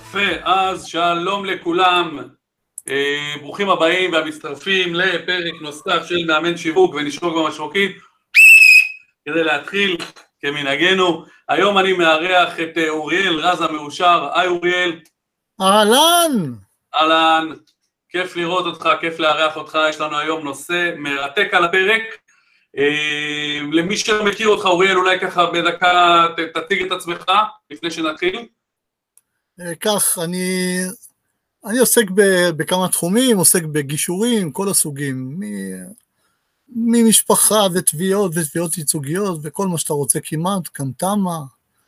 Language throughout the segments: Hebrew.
יפה, אז שלום לכולם, ברוכים הבאים והמצטרפים לפרק נוסף של מאמן שיווק ונשרוק במשרוקית. כדי להתחיל כמנהגנו, היום אני מארח את אוריאל רז המאושר. היי אוריאל. אהלן. אהלן, כיף לראות אותך, כיף לארח אותך. יש לנו היום נושא מרתק על הפרק. למי שלא מכיר אותך אוריאל, אולי ככה בדקה תציג את עצמך לפני שנתחיל. כך, אני עוסק בכמה תחומים, עוסק בגישורים, כל הסוגים, ממשפחה ותביעות ייצוגיות וכל מה שאתה רוצה כמעט, קמתמה.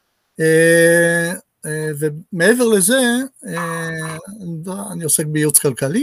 ומעבר לזה, אני עוסק בייעוץ כלכלי,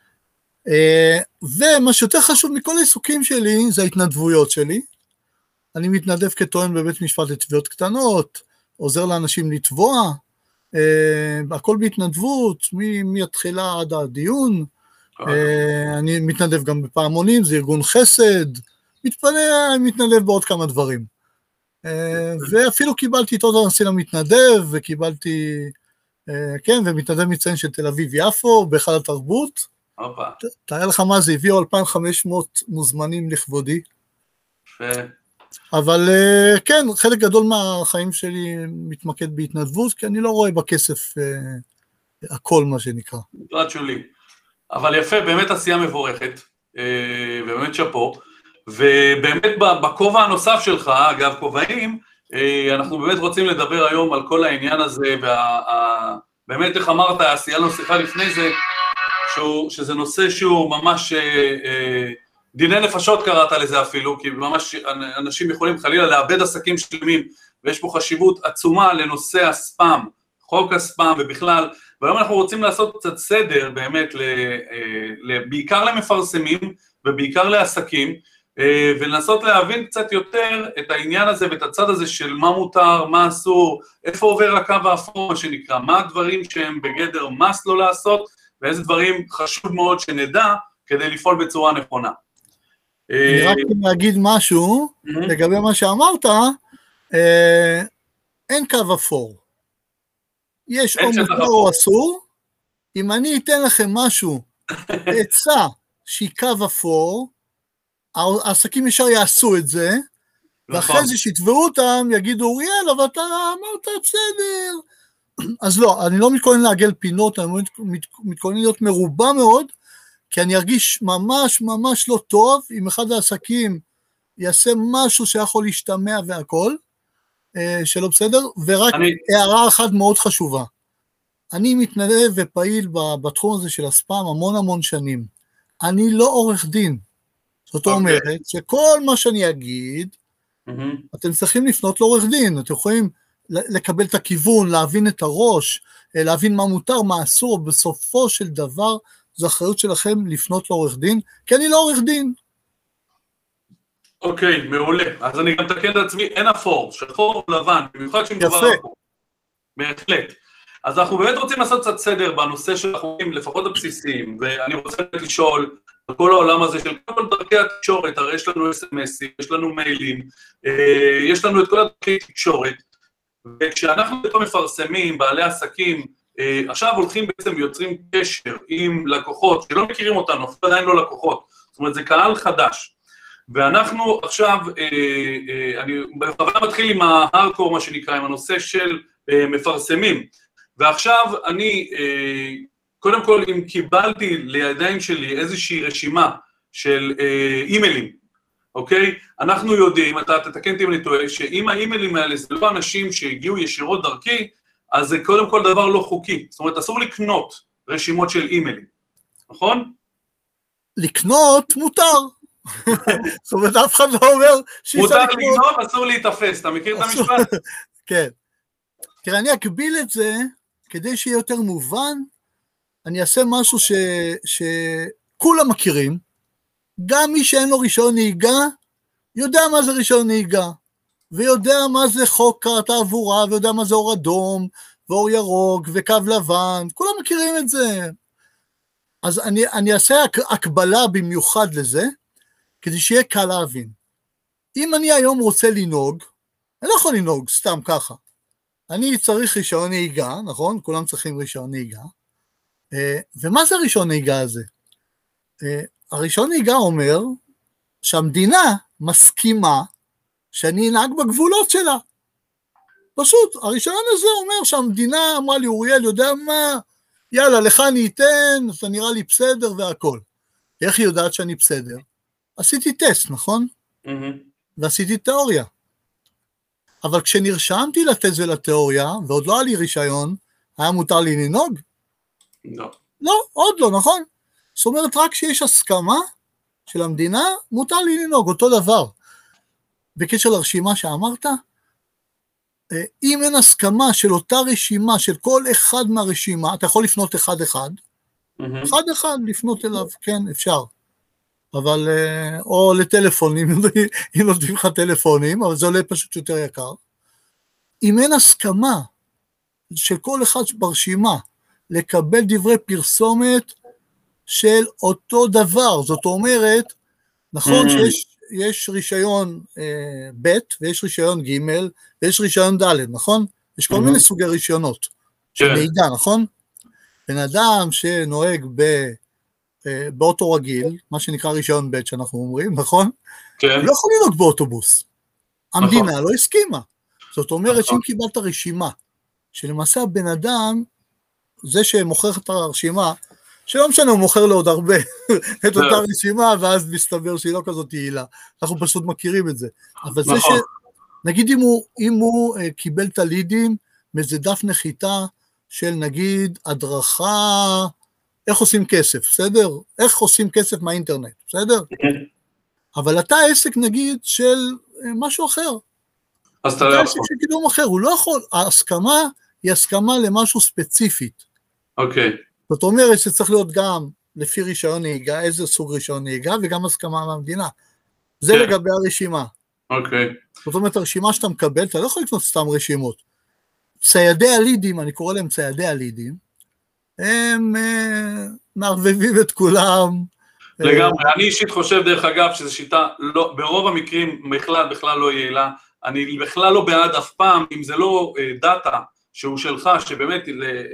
ומה שיותר חשוב מכל העיסוקים שלי, זה ההתנדבויות שלי. אני מתנדב כטוען בבית משפט לתביעות קטנות, עוזר לאנשים לתבוע, הכל בהתנדבות, מהתחילה עד הדיון. אני מתנדב גם בפעמונים, זה ארגון חסד, מתנדב בעוד כמה דברים. ואפילו קיבלתי את עוד הנשיא למתנדב, וקיבלתי, כן, ומתנדב מציין של תל אביב יפו, בהיכל התרבות. תאר לך מה זה, הביאו 2,500 מוזמנים לכבודי. אבל כן, חלק גדול מהחיים שלי מתמקד בהתנדבות, כי אני לא רואה בכסף הכל מה שנקרא. תודה שולי. אבל יפה, באמת עשייה מבורכת, ובאמת שפו, ובאמת בכובע הנוסף שלך, אגב כובעים, אנחנו באמת רוצים לדבר היום על כל העניין הזה, ובאמת איך אמרת, עשייה לו שיחה לפני זה, שזה נושא שהוא ממש דיני נפשות קראת לזה אפילו, כי ממש אנשים יכולים חלילה לאבד עסקים שלמים, ויש פה חשיבות עצומה לנושא הספאם, חוק הספאם ובכלל, והיום אנחנו רוצים לעשות קצת סדר באמת, בעיקר למפרסמים ובעיקר לעסקים, ולנסות להבין קצת יותר את העניין הזה ואת הצד הזה של מה מותר, מה אסור, איפה עובר הקו האפור מה שנקרא, מה הדברים שהם בגדר מס לא לעשות, ואיזה דברים חשוב מאוד שנדע כדי לפעול בצורה נכונה. אני רק להגיד משהו, לגבי מה שאמרת, אין קו אפור. יש או מותר או אסור, אם אני אתן לכם משהו, עצה שהיא קו אפור, העסקים ישר יעשו את זה, ואחרי זה שיתבעו אותם, יגידו, אוריאל, אבל אתה אמרת בסדר. אז לא, אני לא מתכונן לעגל פינות, אני מתכונן להיות מרובה מאוד, כי אני ארגיש ממש ממש לא טוב, אם אחד העסקים יעשה משהו שיכול להשתמע והכל, שלא בסדר, ורק הערה אחת מאוד חשובה. אני מתנדב ופעיל בתחום הזה של הספאם המון שנים. אני לא עורך דין. זאת אומרת שכל מה שאני אגיד, אתם צריכים לפנות לעורך דין, אתם יכולים לקבל את הכיוון, להבין את הראש, להבין מה מותר, מה אסור, בסופו של דבר, זו אחריות שלכם לפנות לעורך דין, כי אני לא עורך דין. אוקיי, מעולה. אז אני גם תקן את עצמי, אין אפור, שחור לבן, במיוחד שמדובר אפור. בהחלט. אז אנחנו באמת רוצים לעשות קצת סדר בנושא של החוקים, לפחות הבסיסיים, ואני רוצה לשאול, על כל העולם הזה של כל דרכי התקשורת, הרי יש לנו SMSים, יש לנו מיילים, יש לנו את כל דרכי תקשורת, וכשאנחנו מפרסמים, בעלי עסקים, עכשיו הולכים בעצם ויוצרים קשר עם לקוחות, שלא מכירים אותנו, עדיין לא לקוחות, זאת אומרת זה קהל חדש, ואנחנו עכשיו, אני בכוונה מתחיל עם ההארדקור, מה שנקרא, עם הנושא של מפרסמים, ועכשיו אני, קודם כל אם קיבלתי לידיים שלי איזושהי רשימה של אימיילים, אוקיי? אנחנו יודעים, אתה תתקן אותי אם אני טועה, שאם האימיילים האלה זה לא אנשים שהגיעו ישירות דרכי, אז זה קודם כל דבר לא חוקי, זאת אומרת אסור לקנות רשימות של אימיילים, נכון? לקנות מותר. זאת אומרת, אף אחד לא אומר מותר לגנוב, אסור להתאפס, אתה מכיר את המשפט? כן. תראה, אני אקביל את זה, כדי שיהיה יותר מובן, אני אעשה משהו שכולם מכירים, גם מי שאין לו רישיון נהיגה, יודע מה זה רישיון נהיגה, ויודע מה זה חוק התעבורה, ויודע מה זה אור אדום, ואור ירוק, וקו לבן, כולם מכירים את זה. אז אני אעשה הקבלה במיוחד לזה, כדי שיהיה קל להבין. אם אני היום רוצה לנהוג, אני לא יכול לנהוג סתם ככה. אני צריך רישיון נהיגה, נכון? כולם צריכים רישיון נהיגה. ומה זה רישיון נהיגה הזה? הרישיון נהיגה אומר שהמדינה מסכימה שאני אנהג בגבולות שלה. פשוט, הרישיון הזה אומר שהמדינה אמרה לי, אוריאל, יודע מה? יאללה, לך אני אתן, אתה נראה לי בסדר והכל. איך היא יודעת שאני בסדר? עשיתי טסט, נכון? ועשיתי תיאוריה. אבל כשנרשמתי לטסט ולתיאוריה, ועוד לא היה לי רישיון, היה מותר לי לנהוג? לא. לא, עוד לא, נכון? זאת אומרת, רק שיש הסכמה של המדינה, מותר לי לנהוג, אותו דבר. בקשר לרשימה שאמרת, אם אין הסכמה של אותה רשימה, של כל אחד מהרשימה, אתה יכול לפנות אחד-אחד, אחד-אחד לפנות אליו, כן, אפשר. אבל, או לטלפונים, אם נותנים לך טלפונים, אבל זה עולה פשוט יותר יקר. אם אין הסכמה של כל אחד ברשימה, לקבל דברי פרסומת של אותו דבר, זאת אומרת, נכון שיש רישיון ב' ויש רישיון ג' ויש רישיון ד', נכון? יש כל מיני סוגי רישיונות של נהיגה, נכון? בן אדם שנוהג באוטו רגיל, מה שנקרא רישיון ב' שאנחנו אומרים, נכון? כן. לא יכול לנהוג באוטובוס. המדינה לא הסכימה. זאת אומרת שאם קיבלת רשימה, שלמעשה הבן אדם, זה שמוכר את הרשימה, שלא משנה, הוא מוכר לו עוד הרבה את אותה רשימה, ואז מסתבר שהיא לא כזאת תהילה. אנחנו פשוט מכירים את זה. אבל זה נגיד אם הוא קיבל את הלידים, מאיזה דף נחיתה של נגיד הדרכה, איך עושים כסף, בסדר? איך עושים כסף מהאינטרנט, בסדר? אבל אתה עסק נגיד של משהו אחר. אז אתה לא יכול. עסק של קידום אחר, הוא לא יכול, ההסכמה היא הסכמה למשהו ספציפית. אוקיי. זאת אומרת שצריך להיות גם לפי רישיון נהיגה, איזה סוג רישיון נהיגה, וגם הסכמה מהמדינה. זה לגבי הרשימה. אוקיי. זאת אומרת, הרשימה שאתה מקבל, אתה לא יכול לקנות סתם רשימות. ציידי הלידים, אני קורא להם ציידי הלידים, הם מערבבים את כולם. לגמרי, אני אישית חושב דרך אגב, שזו שיטה, ברוב המקרים בכלל לא יעילה, אני בכלל לא בעד אף פעם, אם זה לא דאטה, שהוא שלך, שבאמת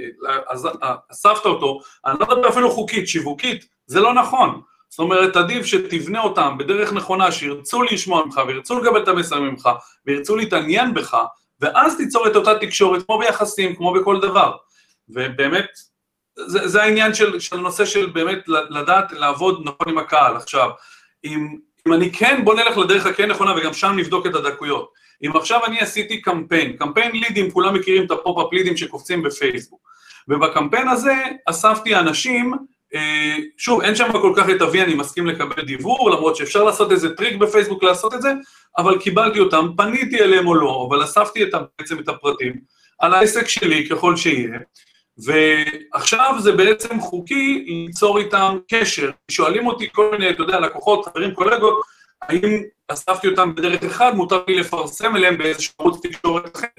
אספת אותו, אני לא מדבר אפילו חוקית, שיווקית, זה לא נכון. זאת אומרת, עדיף שתבנה אותם בדרך נכונה, שירצו לשמוע ממך, וירצו לקבל את המסר ממך, וירצו להתעניין בך, ואז תיצור את אותה תקשורת, כמו ביחסים, כמו בכל דבר. ובאמת, זה העניין של נושא של באמת לדעת לעבוד נכון עם הקהל. עכשיו, אם אני כן, בוא נלך לדרך הכן נכונה, וגם שם נבדוק את הדקויות. אם עכשיו אני עשיתי קמפיין לידים, כולם מכירים את הפופ-אפ לידים שקופצים בפייסבוק, ובקמפיין הזה אספתי אנשים, שוב, אין שם כל כך את אבי, אני מסכים לקבל דיוור, למרות שאפשר לעשות איזה טריק בפייסבוק לעשות את זה, אבל קיבלתי אותם, פניתי אליהם או לא, אבל אספתי בעצם את הפרטים, על העסק שלי ככל שיהיה, ועכשיו זה בעצם חוקי ליצור איתם קשר, שואלים אותי כל מיני, אתה יודע, לקוחות, חברים, קולגות, האם אספתי אותם בדרך אחד, מותר לי לפרסם אליהם באיזה שירות תקשורת אחרת?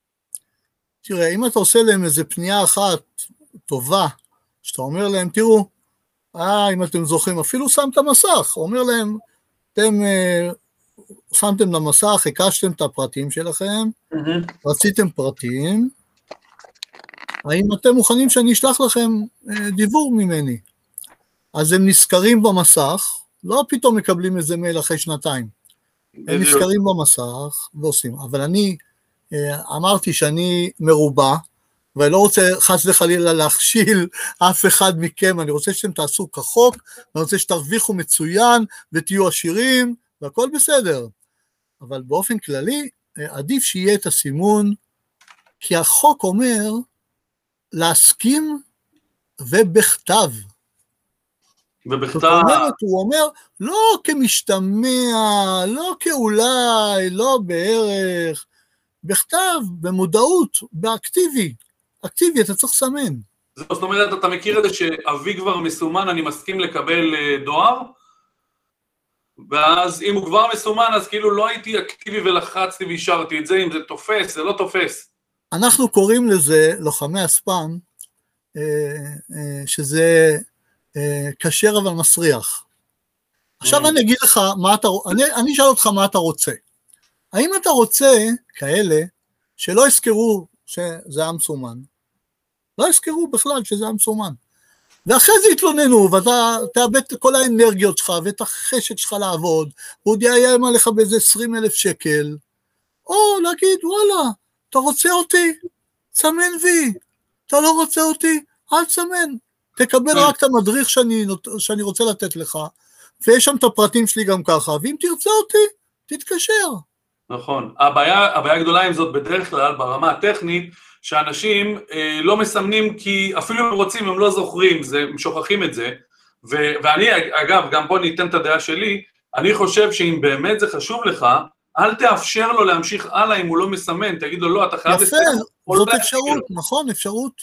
תראה, אם אתה עושה להם איזו פנייה אחת טובה, שאתה אומר להם, תראו, אם אתם זוכרים, אפילו שם את המסך, אומר להם, אתם שמתם למסך, הקשתם את הפרטים שלכם, רציתם פרטים, האם אתם מוכנים שאני אשלח לכם דיוור ממני? אז הם נזכרים במסך, לא פתאום מקבלים איזה מייל אחרי שנתיים, הם נזכרים במסך ועושים, אבל אני אמרתי שאני מרובע, ואני לא רוצה חס וחלילה להכשיל אף אחד מכם, אני רוצה שאתם תעשו כחוק, ואני רוצה שתרוויחו מצוין, ותהיו עשירים, והכל בסדר. אבל באופן כללי, עדיף שיהיה את הסימון, כי החוק אומר, להסכים ובכתב. ובכתב. זאת אומרת, הוא אומר, לא כמשתמע, לא כאולי, לא בערך, בכתב, במודעות, באקטיבי. אקטיבי, אתה צריך לסמן. זאת אומרת, אתה מכיר את זה שאבי כבר מסומן, אני מסכים לקבל דואר, ואז אם הוא כבר מסומן, אז כאילו לא הייתי אקטיבי ולחצתי והשארתי את זה, אם זה תופס, זה לא תופס. אנחנו קוראים לזה, לוחמי הספאם, שזה כשר אבל מסריח. עכשיו אני אגיד לך, אני אשאל אותך מה אתה רוצה. האם אתה רוצה כאלה שלא יזכרו שזה היה מסומן. לא יזכרו בכלל שזה היה מסומן. ואחרי זה התלוננו, ואתה תאבד את כל האנרגיות שלך, ואת החשק שלך לעבוד, ועוד יאיים עליך באיזה 20,000 שקל, או להגיד, וואלה, אתה רוצה אותי? צמן וי. אתה לא רוצה אותי? אל צמן. תקבל רק את המדריך שאני רוצה לתת לך, ויש שם את הפרטים שלי גם ככה, ואם תרצה אותי, תתקשר. נכון. הבעיה הגדולה עם זאת בדרך כלל, ברמה הטכנית, שאנשים לא מסמנים כי אפילו הם רוצים, הם לא זוכרים, הם שוכחים את זה, ואני, אגב, גם פה ניתן את הדעה שלי, אני חושב שאם באמת זה חשוב לך, אל תאפשר לו להמשיך הלאה אם הוא לא מסמן, תגיד לו לא, אתה חייב יפה, זאת אפשרות, נכון, אפשרות.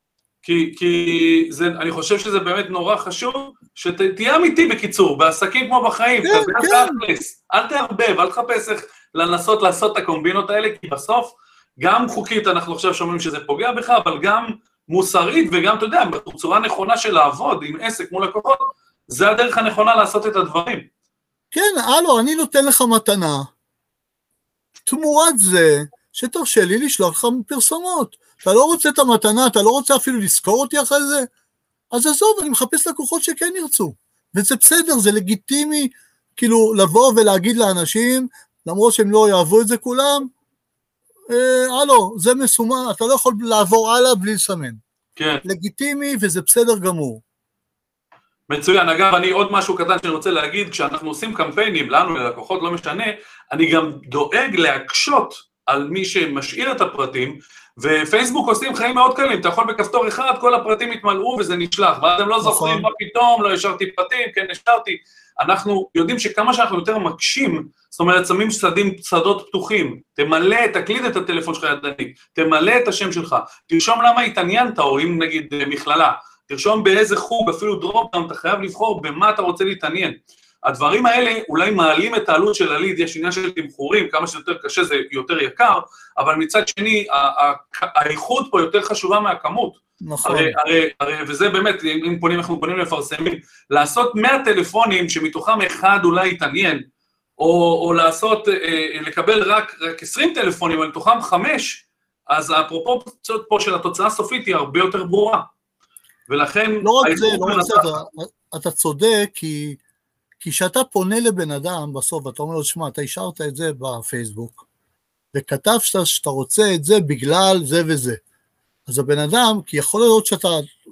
כי אני חושב שזה באמת נורא חשוב, שתהיה אמיתי בקיצור, בעסקים כמו בחיים, אל תערבב, אל תחפש איך לנסות לעשות את הקומבינות האלה, כי בסוף, גם חוקית אנחנו עכשיו שומעים שזה פוגע בך, אבל גם מוסרית, וגם, אתה יודע, בצורה נכונה של לעבוד עם עסק מול לקוחות, זה הדרך הנכונה לעשות את הדברים. כן, הלו, אני נותן לך מתנה, תמורת זה, שתרשה לי לשלוח לך פרסומות. אתה לא רוצה את המתנה, אתה לא רוצה אפילו לזכור אותי אחרי זה, אז עזוב, אני מחפש לקוחות שכן ירצו. וזה בסדר, זה לגיטימי, כאילו, לבוא ולהגיד לאנשים, למרות שהם לא יאהבו את זה כולם, הלו, זה מסומן, אתה לא יכול לעבור הלאה בלי לסמן. כן. לגיטימי וזה בסדר גמור. מצוין, אגב, אני עוד משהו קטן שאני רוצה להגיד, כשאנחנו עושים קמפיינים, לנו ללקוחות לא משנה, אני גם דואג להקשות על מי שמשאיר את הפרטים, ופייסבוק עושים חיים מאוד קלים, אתה יכול בכפתור אחד, כל הפרטים יתמלאו וזה נשלח, ואז הם לא זוכרים מה פתאום, לא השארתי פרטים, כן השארתי, אנחנו יודעים שכמה שאנחנו יותר מקשים, זאת אומרת, שמים שדות פתוחים, תקליד את הטלפון שלך ידני, תמלא את השם שלך, תרשום למה התעניינת, או אם נגיד מכללה, תרשום באיזה חוג, אפילו דרופ, אתה חייב לבחור במה אתה רוצה להתעניין. הדברים האלה אולי מעלים את העלות של הליד, יש עניין של תמחורים, כמה שיותר קשה זה יותר יקר, אבל מצד שני, האיכות פה יותר חשובה מהכמות. נכון. הרי, וזה באמת, אם אנחנו פונים לפרסמים, לעשות 100 טלפונים שמתוכם אחד אולי יתעניין, או לעשות, לקבל רק 20 טלפונים, אבל מתוכם 5, אז הפרופורציות פה של התוצאה הסופית היא הרבה יותר ברורה. ולכן... לא רק זה, אתה צודק, כי שאתה פונה לבן אדם בסוף, ואתה אומר לו, שמע, אתה השארת את זה בפייסבוק, וכתב שאתה רוצה את זה בגלל זה וזה. אז הבן אדם, כי יכול להיות שאתה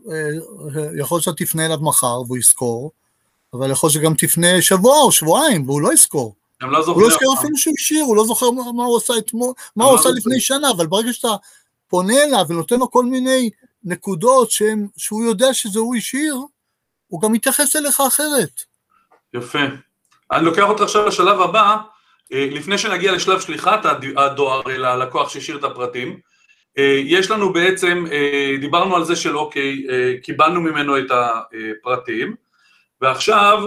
תפנה אליו מחר, והוא יזכור, אבל יכול שגם תפנה שבוע או שבועיים, והוא לא יזכור. הוא לא יזכור אפילו שהוא השאיר, הוא לא זוכר מה הוא עשה אתמול, מה הוא עשה לפני שנה, אבל ברגע שאתה פונה אליו ונותן לו כל מיני נקודות שהוא יודע שזה הוא השאיר, הוא גם מתייחס אליך אחרת. יפה. אני לוקח אותך עכשיו לשלב הבא, לפני שנגיע לשלב שליחת הדואר ללקוח שהשאיר את הפרטים, יש לנו בעצם, דיברנו על זה של אוקיי, קיבלנו ממנו את הפרטים, ועכשיו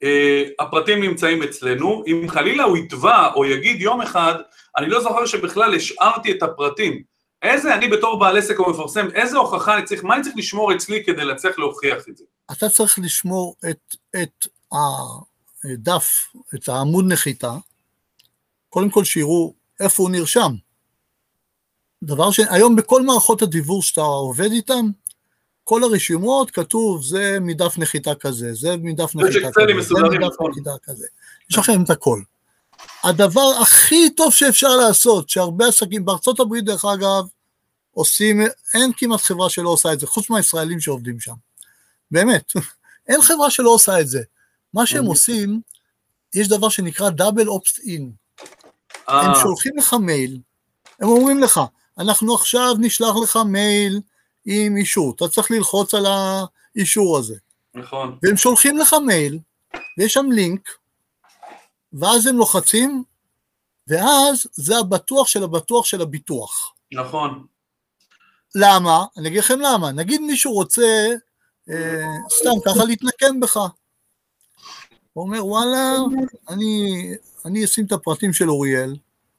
הפרטים נמצאים אצלנו, אם חלילה הוא יתבע או יגיד יום אחד, אני לא זוכר שבכלל השארתי את הפרטים, אני בתור בעל עסק או מפרסם, איזה הוכחה אני צריך, מה אני צריך לשמור אצלי כדי להצליח להוכיח את זה? אתה צריך לשמור את הדף, את העמוד נחיתה, קודם כל שיראו איפה הוא נרשם. דבר שהיום בכל מערכות הדיוור שאתה עובד איתם, כל הרשימות כתוב, זה מדף נחיתה כזה, זה מדף נחיתה כזה, זה מדף נחיתה כזה. יש לכם את הכל. הדבר הכי טוב שאפשר לעשות, שהרבה עסקים בארצות הברית דרך אגב, עושים, אין כמעט חברה שלא עושה את זה, חוץ מהישראלים שעובדים שם. באמת, אין חברה שלא עושה את זה. מה שהם עושים, יש דבר שנקרא double opt-in. הם שולחים לך מייל, הם אומרים לך, אנחנו עכשיו נשלח לך מייל עם אישור, אתה צריך ללחוץ על האישור הזה. נכון. והם שולחים לך מייל, ויש שם לינק, ואז הם לוחצים, ואז זה הבטוח של הבטוח של הביטוח. נכון. למה? אני אגיד לכם למה. נגיד מישהו רוצה, סתם ככה להתנקם בך. הוא אומר, וואלה, אני אשים את הפרטים של אוריאל,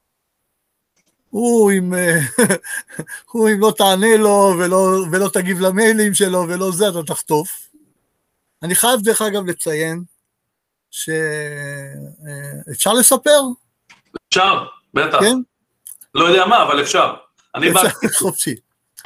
הוא אם לא תענה לו, ולא תגיב למיילים שלו, ולא זה, אתה תחטוף. אני חייב דרך אגב לציין, שאפשר לספר? אפשר, בטח. כן? לא יודע מה, אבל אפשר. אני באתי. חופשי.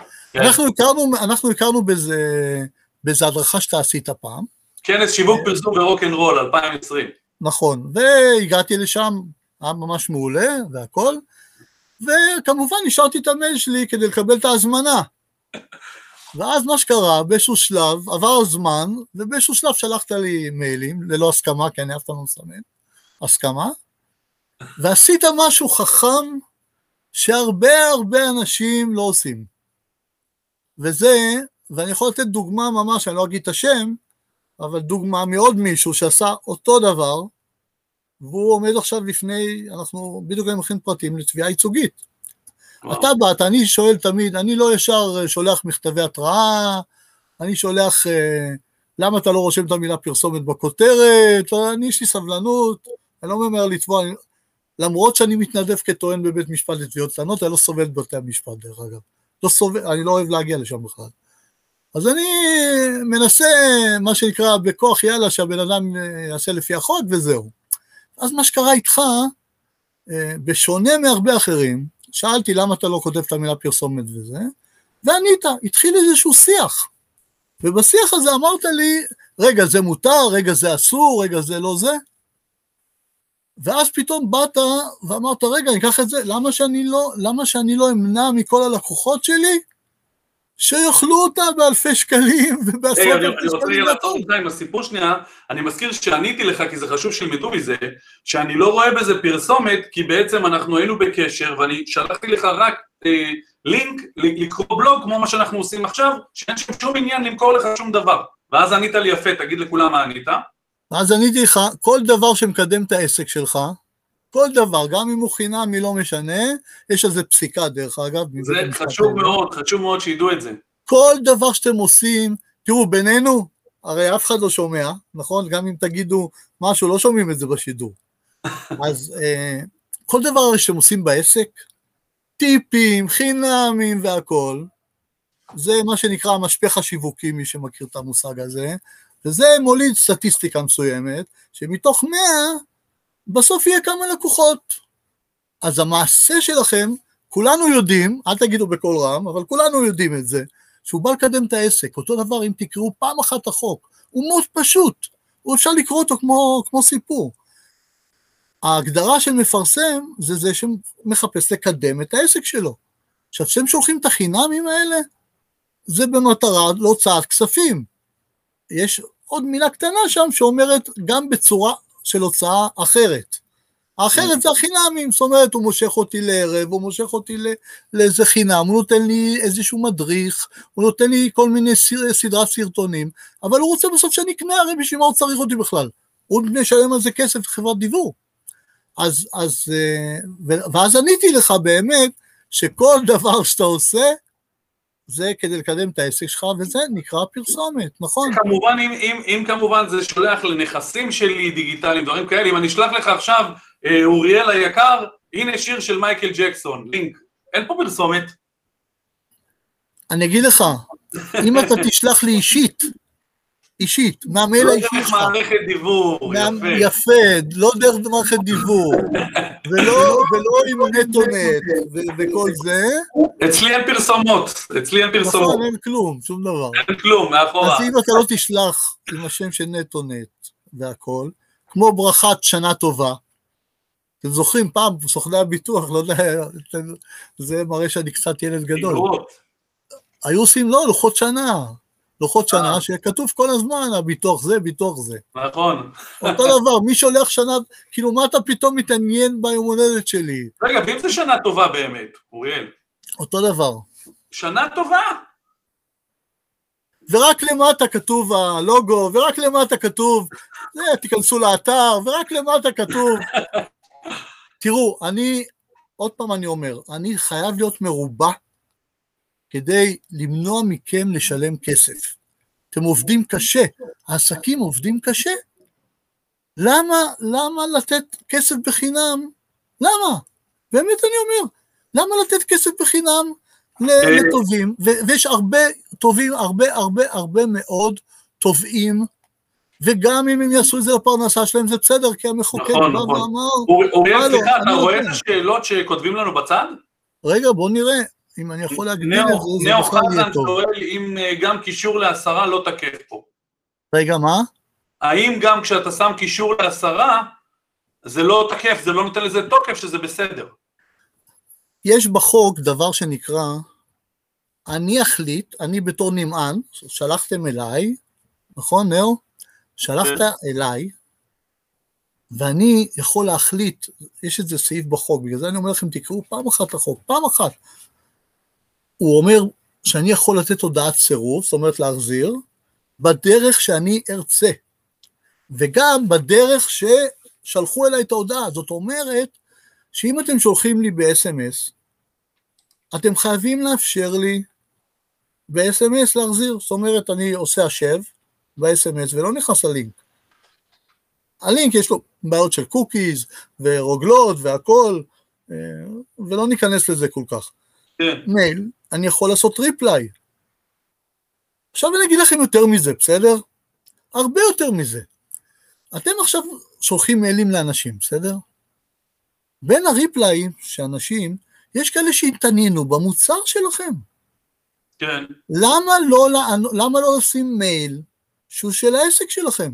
אנחנו הכרנו באיזה הדרכה שאתה עשית פעם. כנס שיווק פרסום ורוק'נ'רול 2020. נכון, והגעתי לשם, היה ממש מעולה והכל, וכמובן נשארתי את המייל שלי כדי לקבל את ההזמנה. ואז מה שקרה, באיזשהו שלב, עבר הזמן, ובאיזשהו שלב שלחת לי מיילים, ללא הסכמה, כי אני אף פעם לא מסמן, הסכמה, ועשית משהו חכם, שהרבה אנשים לא עושים. וזה, ואני יכול לתת דוגמה ממש, אני לא אגיד את השם, אבל דוגמה מעוד מישהו שעשה אותו דבר, והוא עומד עכשיו לפני, אנחנו בדיוק הולכים פרטים לתביעה ייצוגית. אתה באת, אני שואל תמיד, אני לא ישר שולח מכתבי התראה, אני שולח, למה אתה לא רושם את המילה פרסומת בכותרת, אני יש לי סבלנות, אני לא ממהר לתבוע, למרות שאני מתנדב כטוען בבית משפט לתביעות קטנות, אני לא סובל בבתי המשפט דרך אגב, אני לא אוהב להגיע לשם בכלל. אז אני מנסה, מה שנקרא, בכוח יאללה, שהבן אדם יעשה לפי החוק וזהו. אז מה שקרה איתך, בשונה מהרבה אחרים, שאלתי למה אתה לא כותב את המילה פרסומת וזה, וענית, התחיל איזשהו שיח. ובשיח הזה אמרת לי, רגע זה מותר, רגע זה אסור, רגע זה לא זה. ואז פתאום באת ואמרת, רגע, אני אקח את זה, למה שאני לא אמנע מכל הלקוחות שלי, שיאכלו אותה באלפי שקלים ובעשרות אלפי שקלים. אני רוצה לעצור אותך עם הסיפור שנייה, אני מזכיר שעניתי לך, כי זה חשוב שילמדו מזה, שאני לא רואה בזה פרסומת, כי בעצם אנחנו היינו בקשר, ואני שלחתי לך רק לינק לקרוא בלוג, כמו מה שאנחנו עושים עכשיו, שאין שום עניין למכור לך שום דבר. ואז ענית לי יפה, תגיד לכולם מה ענית. ואז עניתי לך, כל דבר שמקדם את העסק שלך, כל דבר, גם אם הוא חינם, מי לא משנה, יש איזה פסיקה דרך אגב. זה חשוב מאוד שידעו את זה. כל דבר שאתם עושים, תראו, בינינו, הרי אף אחד לא שומע, נכון? גם אם תגידו משהו, לא שומעים את זה בשידור. אז כל דבר שאתם עושים בעסק, טיפים, חינמים והכל, זה מה שנקרא המשפך השיווקי, מי שמכיר את המושג הזה, וזה מוליד סטטיסטיקה מסוימת, שמתוך 100, בסוף יהיה כמה לקוחות. אז המעשה שלכם, כולנו יודעים, אל תגידו בכל רם, אבל כולנו יודעים את זה, שהוא בא לקדם את העסק. אותו דבר אם תקראו פעם אחת החוק, הוא מאוד פשוט, הוא אפשר לקרוא אותו כמו סיפור. ההגדרה של מפרסם זה זה שמחפש לקדם את העסק שלו. עכשיו, שהם שולחים את החינמים האלה, זה במטרה להוצאת כספים. יש עוד מילה קטנה שם שאומרת גם בצורה של הוצאה אחרת. האחרת זה החינמים, זאת אומרת, הוא מושך אותי לערב, הוא מושך אותי לאיזה חינם, הוא נותן לי איזשהו מדריך, הוא נותן לי כל מיני סדרת סרטונים, אבל הוא רוצה בסוף שאני אקנה, הרי בשביל מה הוא צריך אותי בכלל? הוא משלם על זה כסף לחברת דיוור. ואז עניתי לך באמת, שכל דבר שאתה עושה, זה כדי לקדם את העסק שלך, וזה נקרא פרסומת, נכון? כמובן, אם כמובן זה שולח לנכסים שלי דיגיטליים, דברים כאלה, אם אני אשלח לך עכשיו, אוריאל היקר, הנה שיר של מייקל ג'קסון, לינק, אין פה פרסומת. אני אגיד לך, אם אתה תשלח לי אישית, מהמייל האישי שלך. לא דרך מערכת דיוור, יפה, לא דרך מערכת דיוור, ולא עם נטונט וכל זה. אצלי אין פרסומות. נכון, אין כלום, שום דבר. אין כלום, מאחורה. אז אם אתה לא תשלח עם השם של נטונט והכל, כמו ברכת שנה טובה, אתם זוכרים פעם, סוכני הביטוח, לא יודע, זה מראה שאני קצת ילד גדול. היו עושים לוחות שנה, שכתוב כל הזמן, הביטוח זה. נכון. אותו דבר, מי שולח שנה, כאילו מה אתה פתאום מתעניין ביום הולדת שלי? רגע, ואם זה שנה טובה באמת, אוריאל? אותו דבר. שנה טובה? ורק למטה כתוב הלוגו, ורק למטה כתוב, תיכנסו לאתר, ורק למטה כתוב. תראו, עוד פעם אני אומר, אני חייב להיות מרובע, כדי למנוע מכם לשלם כסף. אתם עובדים קשה, העסקים עובדים קשה. למה לתת כסף בחינם? למה? באמת אני אומר, למה לתת כסף בחינם לטובים? ויש הרבה טובים, הרבה מאוד טובים, וגם אם הם יעשו את זה לפרנסה שלהם, זה בסדר, כי המחוקק בא ואמר... אוריאל, סליחה, אתה רואה את השאלות שכותבים לנו בצד? רגע, בוא נראה. אם אני יכול להגדיל את זה, זה נאו בכלל יהיה חזן טוב. שואל אם גם קישור ל10 לא תקף פה. רגע, מה? האם גם כשאתה שם קישור ל10, זה לא תקף, זה לא נותן לזה תוקף, שזה בסדר? יש בחוק דבר שנקרא, אני אחליט, אני בתור נמען, שלחתם אליי, נכון, נאו? שלחת אליי, ואני יכול להחליט, יש איזה סעיף בחוק, בגלל זה אני אומר לכם, תקראו פעם אחת לחוק, פעם אחת. הוא אומר שאני יכול לתת הודעת סירוב, זאת אומרת להחזיר, בדרך שאני ארצה, וגם בדרך ששלחו אליי את ההודעה. זאת אומרת, שאם אתם שולחים לי ב-SMS, אתם חייבים לאפשר לי ב-SMS להחזיר, זאת אומרת, אני עושה השב ב-SMS ולא נכנס ללינק. הלינק יש לו בעיות של קוקיז ורוגלות והכל, ולא ניכנס לזה כל כך. מייל, אני יכול לעשות ריפליי. עכשיו אני אגיד לכם יותר מזה, בסדר? הרבה יותר מזה. אתם עכשיו שולחים מיילים לאנשים, בסדר? בין הריפליים שאנשים, יש כאלה שהתעניינו במוצר שלכם. כן. למה לא לשים מייל שהוא של העסק שלכם?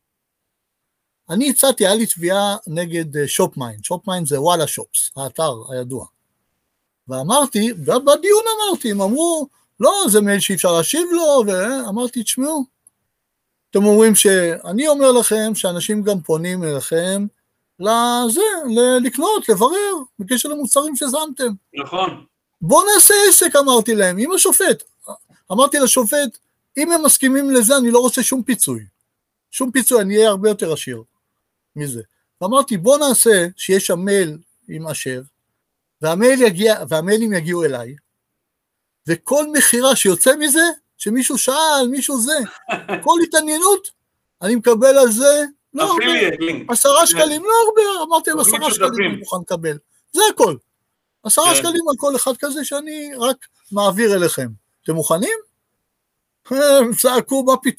אני הצעתי, היה לי תביעה נגד שופמיינד. שופמיינד זה וואלה שופס, האתר הידוע. ואמרתי, בדיון אמרתי, הם אמרו, לא, זה מייל שאי אפשר להשיב לו, ואמרתי, תשמעו, אתם אומרים שאני אומר לכם, שאנשים גם פונים אליכם, לקנות, לברר, בקשר למוצרים שזמתם. נכון. בואו נעשה עסק, אמרתי להם, עם השופט. אמרתי לשופט, אם הם מסכימים לזה, אני לא רוצה שום פיצוי. שום פיצוי, אני אהיה הרבה יותר עשיר מזה. ואמרתי, בואו נעשה שיש שם מייל עם אשר, והמיילים יגיעו אליי, וכל מחירה שיוצא מזה, שמישהו שאל, מישהו זה, כל התעניינות, אני מקבל על זה, לא הרבה, 10 שקלים, לא הרבה, אמרתי להם 10 שקלים אני מוכן לקבל, זה הכל, 10 שקלים על כל אחד כזה שאני רק מעביר אליכם, אתם מוכנים? הם צעקו,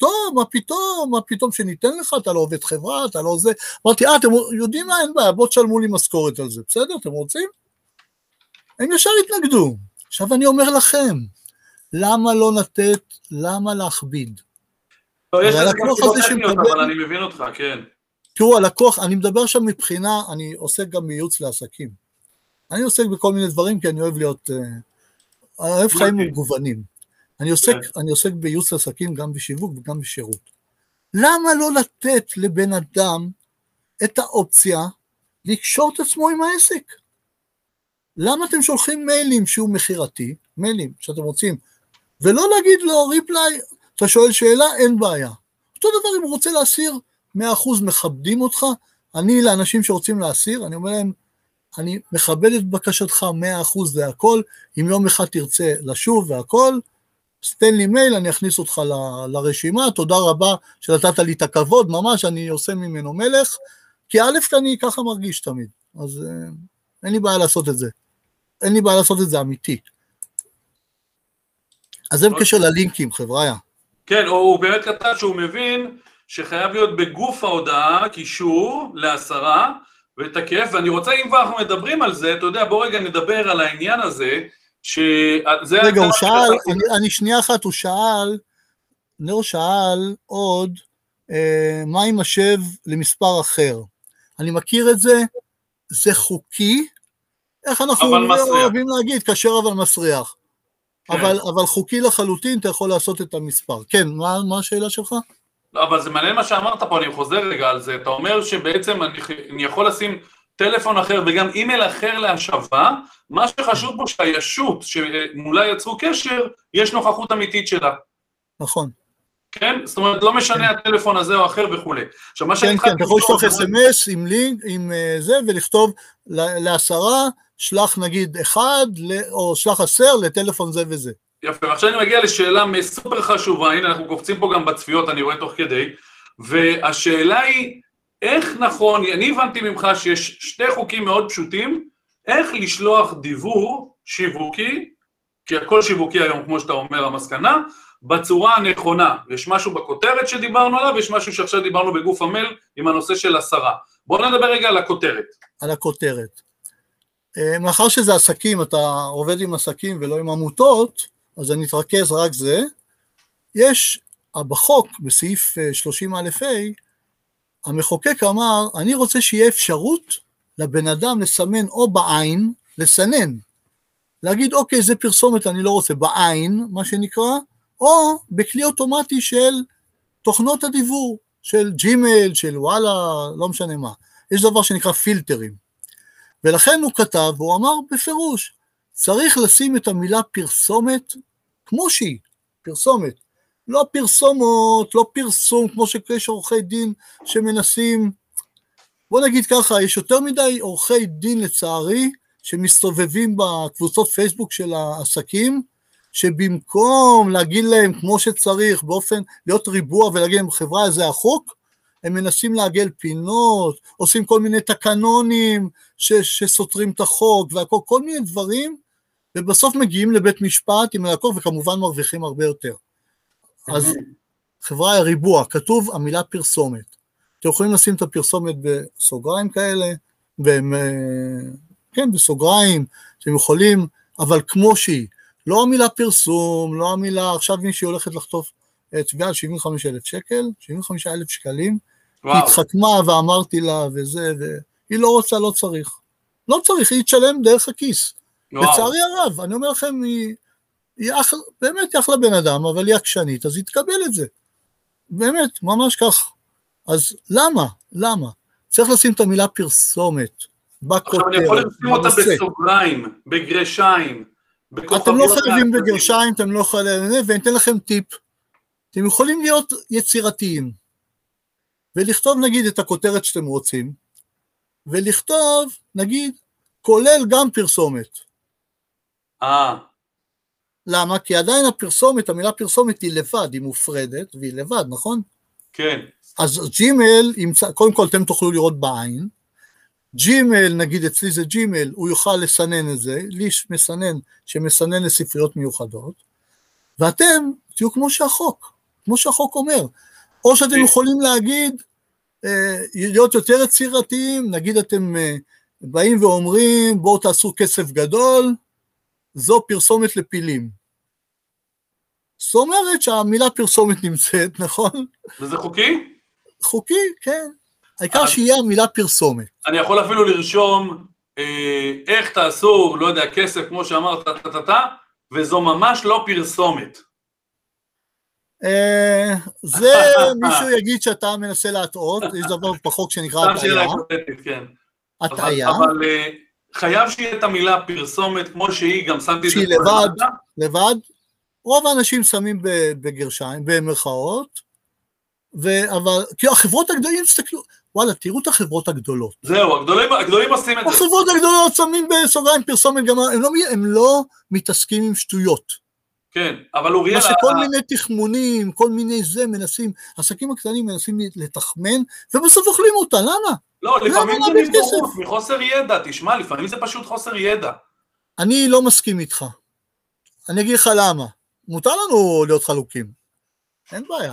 מה פתאום שניתן לך, אתה לא עובד חברה, אתה לא זה, אמרתי, אתם יודעים מה, אין בעיה, בוא תשלמו לי משכורת על זה, בסדר, אתם רוצים? הם ישר התנגדו, עכשיו אני אומר לכם, למה לא לתת, למה להכביד? יש לזה גם סיבות טכניות, אבל אני מבין אותך, כן. תראו, הלקוח, אני מדבר שם מבחינה, אני עוסק גם בייעוץ לעסקים. אני עוסק בכל מיני דברים, כי אני אוהב להיות, אוהב חיים מגוונים. אני עוסק בייעוץ לעסקים גם בשיווק וגם בשירות. למה לא לתת לבן אדם את האופציה לקשור את עצמו עם העסק? למה אתם שולחים מיילים שהוא מחירתי, מיילים שאתם רוצים, ולא להגיד לו ריפליי, אתה שואל שאלה, אין בעיה. אותו דבר אם הוא רוצה להסיר, 100% מכבדים אותך, אני לאנשים שרוצים להסיר, אני אומר להם, אני מכבד את בקשתך 100% זה הכל, אם יום אחד תרצה לשוב והכל, תן לי מייל, אני אכניס אותך לרשימה, תודה רבה שנתת לי את הכבוד, ממש אני עושה ממנו מלך, כי א' אני ככה מרגיש תמיד, אז אין לי בעיה לעשות את זה. אין לי בעיה לעשות את זה אמיתי. אז זה בקשר ללינקים, חבריה. כן, הוא באמת כתב שהוא מבין שחייב להיות בגוף ההודעה, קישור ל10, ותקף, ואני רוצה, אם כבר אנחנו מדברים על זה, אתה יודע, בוא רגע נדבר על העניין הזה, רגע, הוא שאל, אני שנייה אחת, הוא שאל, נאו שאל עוד, מה אם השב למספר אחר? אני מכיר את זה, זה חוקי, איך אנחנו אוהבים להגיד, כשר אבל מסריח, אבל חוקי לחלוטין, אתה יכול לעשות את המספר. כן, מה השאלה שלך? לא, אבל זה מעניין מה שאמרת פה, אני חוזר רגע על זה, אתה אומר שבעצם אני יכול לשים טלפון אחר וגם אימייל אחר להשבה, מה שחשוב פה שהישות שמולה יצרו קשר, יש נוכחות אמיתית שלה. נכון. כן? זאת אומרת, לא משנה הטלפון הזה או אחר וכו'. כן, אתה יכול לשלוח SMS עם לינק, עם זה, ולכתוב ל10, שלח נגיד 1, או שלח 10 לטלפון זה וזה. יפה, ועכשיו אני מגיע לשאלה סופר חשובה, הנה אנחנו קופצים פה גם בצפיות, אני רואה תוך כדי, והשאלה היא, איך נכון, אני הבנתי ממך שיש שתי חוקים מאוד פשוטים, איך לשלוח דיוור שיווקי, כי הכל שיווקי היום, כמו שאתה אומר, המסקנה, בצורה הנכונה. יש משהו בכותרת שדיברנו עליו, יש משהו שעכשיו דיברנו בגוף המייל עם הנושא של 10. בואו נדבר רגע על הכותרת. על הכותרת. מאחר שזה עסקים, אתה עובד עם עסקים ולא עם עמותות, אז אני אתרכז רק זה. יש בחוק, בסעיף 30א, המחוקק אמר, אני רוצה שיהיה אפשרות לבן אדם לסמן או בעין, לסנן, להגיד, אוקיי, זה פרסומת, אני לא רוצה, בעין, מה שנקרא, או בכלי אוטומטי של תוכנות הדיבור, של ג'ימייל, של וואלה, לא משנה מה. יש דבר שנקרא פילטרים. ולכן הוא כתב, והוא אמר בפירוש, צריך לשים את המילה פרסומת כמו שהיא, פרסומת. לא פרסומות, לא פרסום, כמו שיש עורכי דין שמנסים, בוא נגיד ככה, יש יותר מדי עורכי דין לצערי, שמסתובבים בקבוצות פייסבוק של העסקים, שבמקום להגיד להם כמו שצריך, באופן להיות ריבוע ולהגיד להם חברה זה החוק, הם מנסים לעגל פינות, עושים כל מיני תקנונים שסותרים את החוק, וכל מיני דברים, ובסוף מגיעים לבית משפט עם הלקוח, וכמובן מרוויחים הרבה יותר. אז חברה ריבוע, כתוב המילה פרסומת. אתם יכולים לשים את הפרסומת בסוגריים כאלה, כן, בסוגריים, אתם יכולים, אבל כמו שהיא, לא המילה פרסום, לא המילה, עכשיו מישהי הולכת לחטוף תביעה על 75,000 שקל, 75,000 שקלים, היא התחכמה ואמרתי לה וזה, והיא לא רוצה, לא צריך. לא צריך, היא תשלם דרך הכיס. לצערי הרב, אני אומר לכם, היא באמת אחלה בן אדם, אבל היא עקשנית, אז היא תקבל את זה. באמת, ממש כך. אז למה? למה? צריך לשים את המילה פרסומת, בכותרת. עכשיו אני יכול לשים אותה בסוגריים, בגרשיים, אתם לא חייבים בגרשיים, אתם לא חייבים, ואני אתן לכם טיפ. אתם יכולים להיות יצירתיים, ולכתוב נגיד את הכותרת שאתם רוצים, ולכתוב נגיד, כולל גם פרסומת. למה? כי עדיין הפרסומת, המילה פרסומת היא לבד, היא מופרדת, והיא לבד, נכון? כן. אז ג'ימייל, קודם כל אתם תוכלו לראות בעין, ג'ימייל, נגיד אצלי זה ג'ימייל, הוא יוכל לסנן את זה, לי יש מסנן שמסנן לספריות מיוחדות, ואתם תהיו כמו שהחוק אומר, או שאתם יכולים להגיד, להיות יותר יצירתיים, נגיד אתם באים ואומרים, בואו תעשו כסף גדול, זו פרסומת לפילים. זאת אומרת שהמילה פרסומת נמצאת, נכון? וזה חוקי? חוקי, כן. העיקר שיהיה המילה פרסומת. אני יכול אפילו לרשום, איך תעשו, לא יודע, כסף, כמו שאמרת, וזו ממש לא פרסומת. זה מישהו יגיד שאתה מנסה להטעות, יש דבר בחוק שנקרא הטעיה. הטעיה. אבל חייב שיהיה את המילה פרסומת, כמו שהיא, גם שמתי את זה. שהיא לבד. רוב האנשים שמים בגרשיים, במרכאות, אבל, כי החברות הגדולים, תסתכלו, וואלה, תראו את החברות הגדולות. זהו, הגדולים עושים את זה. החברות הגדולות שמים בסוגריים פרסומת, גם הם לא מתעסקים עם שטויות. כן, אבל אוריאל... כל מיני תחמונים, כל מיני זה מנסים, עסקים הקטנים מנסים לתחמן, ובסוף אוכלים אותה, למה? לא, לפעמים זה מבורות, מחוסר ידע, תשמע, לפעמים זה פשוט חוסר ידע. אני לא מסכים איתך. אני אגיד לך למה. מותר לנו להיות חלוקים. אין בעיה.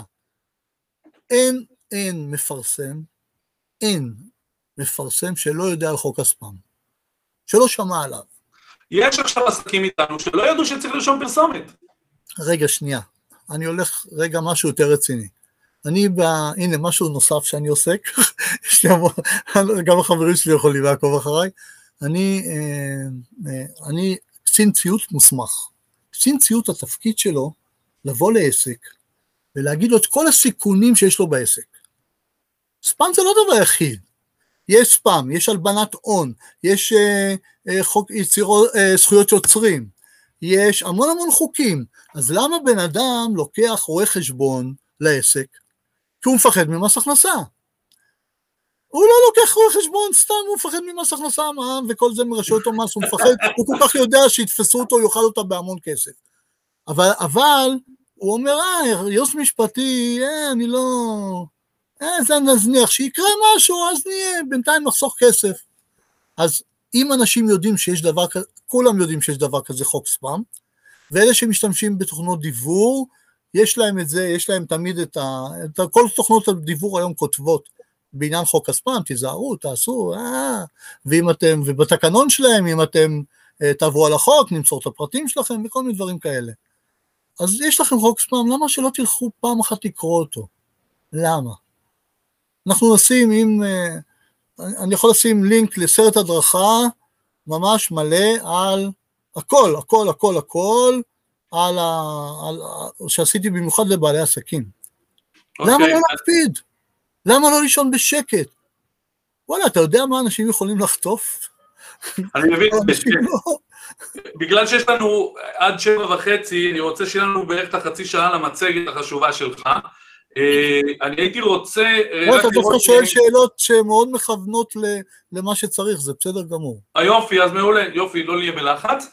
אין מפרסם שלא יודע על חוק הספאם. שלא שמע עליו. יש עכשיו עסקים איתנו שלא ידעו שצריך לרשום פרסומת. רגע, שנייה. אני הולך רגע משהו יותר רציני. הנה, משהו נוסף שאני עוסק. גם החברים שלי יכולים לעקוב אחריי. אני קצין ציות מוסמך. קצין ציות, התפקיד שלו, לבוא לעסק, ולהגיד לו את כל הסיכונים שיש לו בעסק. ספאם זה לא דבר יחיד. יש ספאם, יש הלבנת הון, יש חוק זכויות יוצרים, יש המון חוקים. אז למה בן אדם לוקח רואה חשבון לעסק? כי הוא מפחד ממס הכנסה. הוא לא לוקח רואה חשבון, סתם הוא מפחד ממס הכנסה, וכל זה מרשויות המס, הוא מפחד, הוא כל כך יודע שיתפסו אותו, יאכל אותה בהמון כסף. אבל הוא אומר, יוס משפטי, אני לא, זה נזניח, שיקרה משהו, אז נהיה, בינתיים נחסוך כסף. אז אם אנשים יודעים שיש דבר כזה, כולם יודעים שיש דבר כזה חוק ספאם, ואלה שמשתמשים בתוכנות דיבור, יש להם את זה, יש להם תמיד כל תוכנות הדיבור היום כותבות, בעניין חוק הספאם, תיזהרו, תעשו, ובתקנון שלהם, אם אתם תעברו על החוק, נמסור את הפרטים שלכם, וכל מיני דברים כאלה. אז יש לכם חוק ספאם, למה שלא תלכו פעם אחת לקרוא אותו? למה? אנחנו נשים, אני יכול לשים לינק לסרט הדרכה, ממש מלא על הכל, שעשיתי במיוחד לבעלי עסקים. למה לא להקפיד? למה לא לישון בשקט? וואלה, אתה יודע מה אנשים יכולים לחטוף? אני מבין, בגלל שיש לנו עד 7:30, אני רוצה שיהיה לנו בערך את החצי שעה למצגת החשובה שלך. אני הייתי רוצה... אתה דווקא שואל שאלות שמאוד מכוונות למה שצריך, זה בסדר גמור. יופי, אז מעולה, יופי, לא נהיה בלחץ.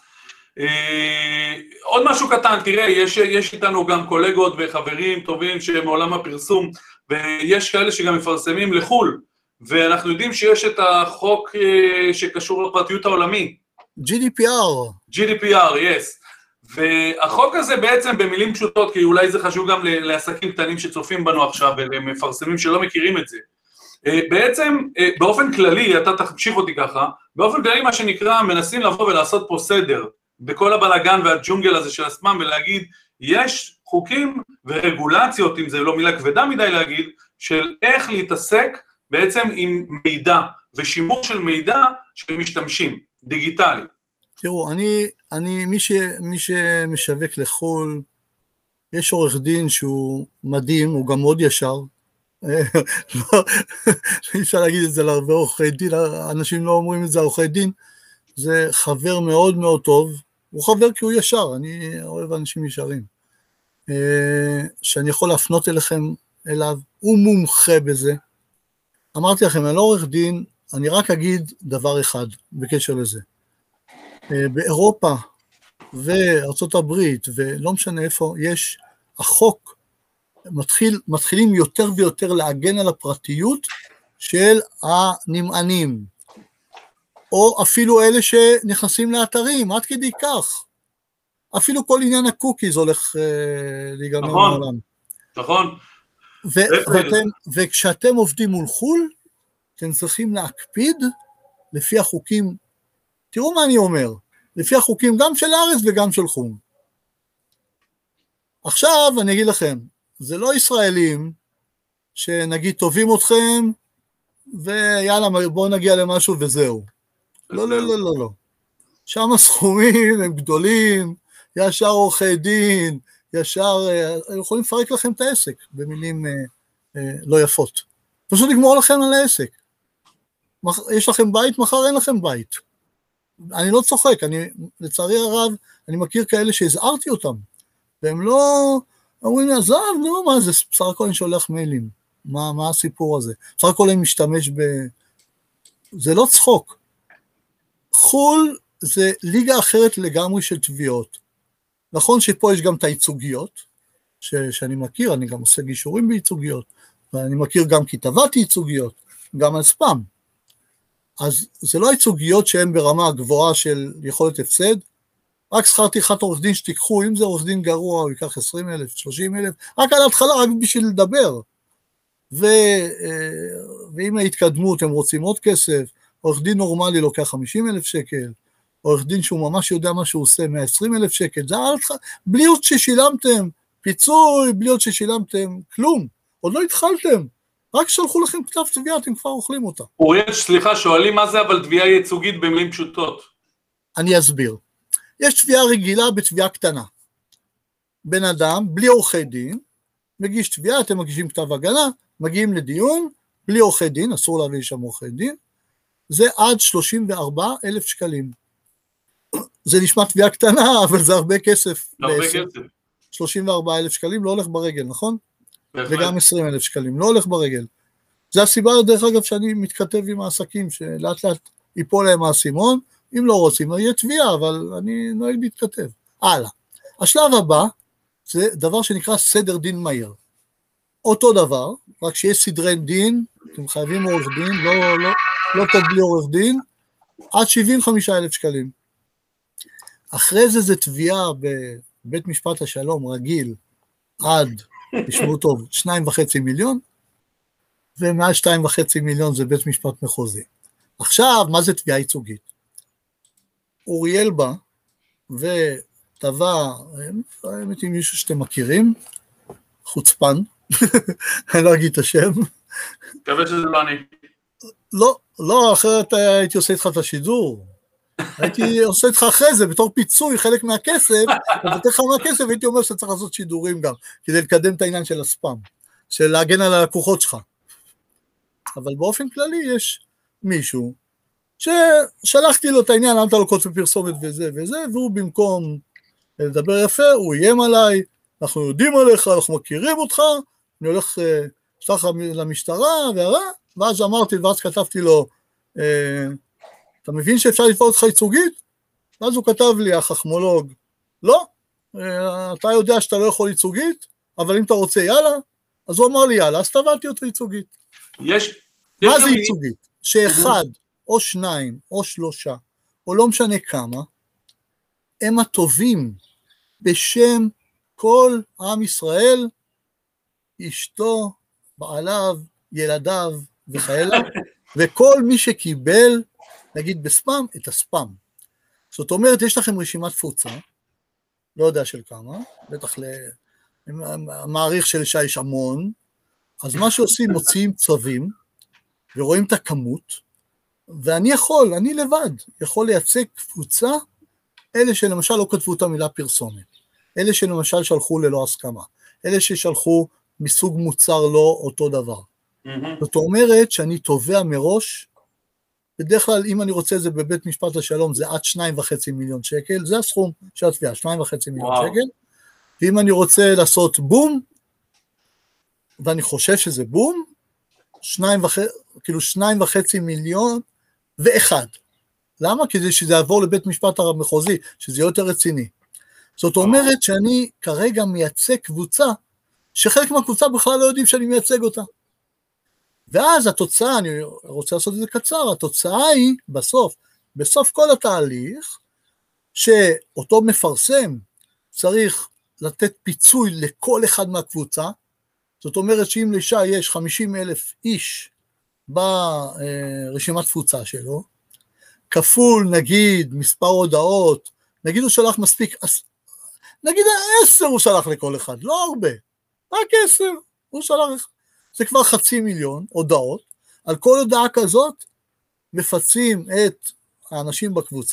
עוד משהו קטן, תראה, יש איתנו גם קולגות וחברים טובים שמעולם הפרסום, ויש כאלה שגם מפרסמים לחול, ואנחנו יודעים שיש את החוק שקשור לפרטיות העולמי. GDPR, yes. והחוק הזה בעצם במילים פשוטות, כי אולי זה חשוב גם לעסקים קטנים שצופים בנו עכשיו, ומפרסמים שלא מכירים את זה. בעצם, באופן כללי, אתה תמשיך אותי ככה, באופן כללי מה שנקרא, מנסים לבוא ולעשות פה סדר, בכל הבלגן והג'ונגל הזה של הספאם, ולהגיד, יש חוקים ורגולציות, אם זה לא מילה כבדה מדי להגיד, של איך להתעסק בעצם עם מידע, ושימור של מידע של משתמשים, דיגיטלי. תראו, מי שמשווק לחול, יש עורך דין שהוא מדהים, הוא גם מאוד ישר, אי אפשר להגיד את זה להרבה עורכי דין, אנשים לא אומרים את זה עורכי דין, זה חבר מאוד מאוד טוב, הוא חבר כי הוא ישר, אני אוהב אנשים ישרים, שאני יכול להפנות אליו, הוא מומחה בזה, אמרתי לכם, אני לא עורך דין, אני רק אגיד דבר אחד בקשר לזה, באירופה וארצות הברית, ולא משנה איפה, יש החוק, מתחילים יותר ויותר להגן על הפרטיות של הנמענים, או אפילו אלה שנכנסים לאתרים, עד כדי כך. אפילו כל עניין הקוקיז הולך להיגמר בעולם. נכון. וכשאתם עובדים מול חול, אתם צריכים להקפיד לפי החוקים, תראו מה אני אומר, לפי החוקים גם של הארץ וגם של חו"ל. עכשיו אני אגיד לכם, זה לא ישראלים שנגיד טובים אתכם, ויאללה בואו נגיע למשהו וזהו. לא, לא, לא, לא, לא. שם הסכומים הם גדולים, ישר עורכי דין, ישר, יכולים לפרק לכם את העסק, במילים לא יפות. פשוט לגמור לכם על העסק. יש לכם בית, מחר אין לכם בית. אני לא צוחק, לצערי הרב, אני מכיר כאלה שהזהרתי אותם, והם לא אומרים לי, עזב, נו, מה זה, בסך הכל אני שולח מיילים, מה הסיפור הזה? בסך הכל אני משתמש זה לא צחוק. חול זה ליגה אחרת לגמרי של תביעות. נכון שפה יש גם את הייצוגיות, שאני מכיר, אני גם עושה גישורים בייצוגיות, ואני מכיר גם כי טבעתי ייצוגיות, גם על ספאם. אז זה לא ייצוגיות שהן ברמה גבוהה של יכולת הפסד, רק שכר טרחת עורך דין שתיקחו, אם זה עורך דין גרוע, הוא ייקח 20,000, 30,000, רק על ההתחלה, רק בשביל לדבר. ואם ההתקדמות, הם רוצים עוד כסף, עורך דין נורמלי לוקח 50,000 שקל, עורך דין שהוא ממש יודע מה שהוא עושה, 120,000 שקל, זה בלי עוד ששילמתם פיצוי, בלי עוד ששילמתם כלום, עוד לא התחלתם, רק שלחו לכם כתב תביעה, אתם כבר אוכלים אותה. אוריאל, סליחה, שואלים מה זה אבל תביעה ייצוגית במילים פשוטות? אני אסביר. יש תביעה רגילה בתביעה קטנה. בן אדם, בלי עורכי דין, מגיש תביעה, אתם מגישים כתב הגנה, מגיעים לדיון, בלי עורכי דין, אסור להביא שם עורכי דין, זה עד 34,000 שקלים. זה נשמע תביעה קטנה, אבל זה הרבה כסף. הרבה כסף. 34,000 שקלים לא הולך ברגל, נכון? וגם 20,000 שקלים, לא הולך ברגל. זה הסיבה, דרך אגב, שאני מתכתב עם העסקים, שלאט לאט ייפול להם האסימון, אם לא רוצים, יהיה תביעה, אבל אני נוהג להתכתב. הלאה. השלב הבא, זה דבר שנקרא סדר דין מהיר. אותו דבר, רק שיש סדרי דין, אתם חייבים עורך דין, לא תבלי עורך דין, עד 75,000 שקלים. אחרי זה תביעה בבית משפט השלום רגיל, עד, תשמעו טוב, 2.5 מיליון, ומעל 2.5 מיליון זה בית משפט מחוזי. עכשיו, מה זה תביעה ייצוגית? אוריאל בא וטבע, האמת עם מישהו שאתם מכירים, חוצפן, אני לא אגיד את השם. מקווה שזה לא אני. לא, אחרת הייתי עושה איתך את השידור. הייתי עושה איתך אחרי זה, בתור פיצוי, חלק מהכסף, ובתך לך מהכסף, הייתי אומר שצריך לעשות שידורים גם, כדי לקדם את העניין של הספאם, של להגן על הלקוחות שלך. אבל באופן כללי יש מישהו, ששלחתי לו את העניין, למה אתה לא כותב פרסומת וזה וזה, והוא במקום לדבר יפה, הוא איים עליי, אנחנו יודעים עליך, אנחנו מכירים אותך, אני הולך לשלח למשטרה, ואז אמרתי, ואז כתבתי לו, אתה מבין שאפשר לתבוע אותך ייצוגית? ואז הוא כתב לי, החכמולוג, לא, אתה יודע שאתה לא יכול ייצוגית, אבל אם אתה רוצה יאללה, אז הוא אמר לי יאללה, אז תבעתי אותו ייצוגית. מה זה ייצוגית? שאחד, או שניים, או שלושה, או לא משנה כמה, הם הטובים בשם כל עם ישראל, אשתו, בעליו, ילדיו וכאלה, וכל מי שקיבל, נגיד בספאם, את הספאם. זאת אומרת, יש לכם רשימת תפוצה, לא יודע של כמה, בטח למעריך של אישה יש המון, אז מה שעושים, מוציאים צווים, ורואים את הכמות, ואני אני לבד, יכול לייצג קבוצה, אלה שלמשל לא כתבו את המילה פרסומת, אלה שלמשל שלחו ללא הסכמה, אלה ששלחו מסוג מוצר לא אותו דבר. זאת אומרת שאני תובע מראש, בדרך כלל אם אני רוצה את זה בבית משפט השלום, זה עד 2.5 מיליון שקל, זה הסכום של התביעה, 2.5 מיליון שקל, ואם אני רוצה לעשות בום, ואני חושב שזה בום, 2.5 מיליון ואחד. למה? כדי שזה יעבור לבית משפט המחוזי, שזה יותר רציני. זאת אומרת שאני כרגע מייצג קבוצה, שחלק מהקבוצה בכלל לא יודעים שאני מייצג אותה. ואז התוצאה, אני רוצה לעשות את זה קצר, התוצאה היא בסוף כל התהליך, שאותו מפרסם צריך לתת פיצוי לכל אחד מהקבוצה, זאת אומרת שאם לאישה יש 50,000 איש ברשימת תפוצה שלו, כפול נגיד מספר הודעות, נגיד הוא שלח מספיק, נגיד 10 הוא שלח לכל אחד, לא הרבה, רק 10 הוא שלח, זה כבר 500,000 הודעות, על כל הודעה כזאת מפצים את האנשים בקבוצה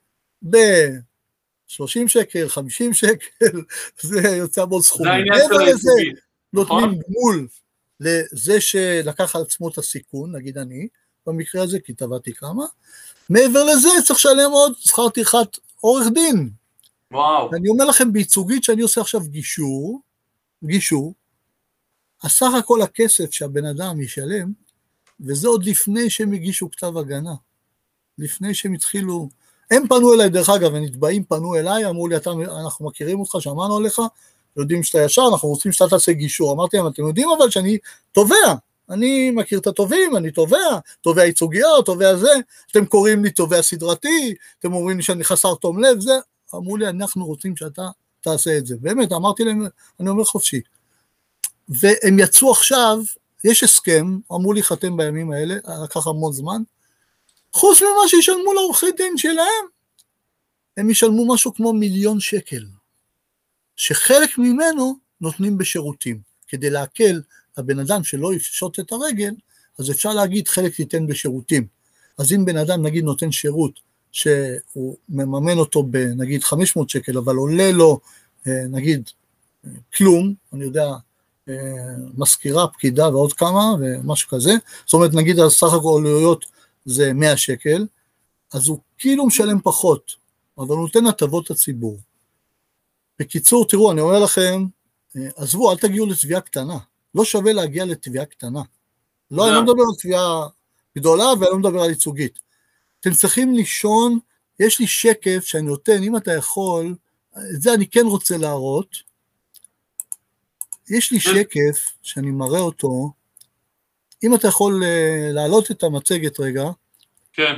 ב-30 שקל, 50 שקל, זה יוצא מאוד סכומים. זה העניין של הייצוגית. נותנים גמול לזה שלקח על עצמו את הסיכון, נגיד אני, במקרה הזה, כי טבעתי כמה, מעבר לזה צריך לשלם עוד שכר טרחת עורך דין. וואו. אני אומר לכם בייצוגית שאני עושה עכשיו גישור, הסך הכל הכסף שהבן אדם ישלם, וזה עוד לפני שהם הגישו כתב הגנה, לפני שהם התחילו, הם פנו אליי דרך אגב, הנתבעים פנו אליי, אמרו לי, אנחנו מכירים אותך, שמענו עליך, יודעים שאתה ישר, אנחנו רוצים שאתה תעשה גישור, אמרתי להם, אתם יודעים אבל שאני תובע, אני מכיר את הטובים, אני תובע ייצוגיות, תובע זה, אתם קוראים לי תובע סדרתי, אתם אומרים לי שאני חסר תום לב, זה, אמרו לי, אנחנו רוצים שאתה תעשה את זה, באמת, אמרתי להם, אני אומר חופשי, והם יצאו עכשיו, יש הסכם, אמרו לי חתם בימים האלה, לקח המון זמן, חוץ ממה שישלמו לעורכי דין שלהם, הם ישלמו משהו כמו 1,000,000 שקל, שחלק ממנו נותנים בשירותים, כדי להקל הבן אדם שלא יפשוט את הרגל, אז אפשר להגיד חלק תיתן בשירותים, אז אם בן אדם נגיד נותן שירות, שהוא מממן אותו בנגיד 500 שקל, אבל עולה לו נגיד כלום, אני יודע, מזכירה, פקידה ועוד כמה, ומשהו כזה, זאת אומרת נגיד הסך הכל עלויות זה 100 שקל, אז הוא כאילו משלם פחות, אבל הוא נותן הטבות לציבור. בקיצור, תראו, אני אומר לכם, עזבו, אל תגיעו לתביעה קטנה, לא שווה להגיע לתביעה קטנה, לא, אני לא מדבר על תביעה גדולה, ואני לא מדבר על ייצוגית, אתם צריכים לישון, יש לי שקף שאני נותן, אם אתה יכול, את זה אני כן רוצה להראות, יש לי שקף שאני מראה אותו, אם אתה יכול להעלות את המצגת רגע. כן.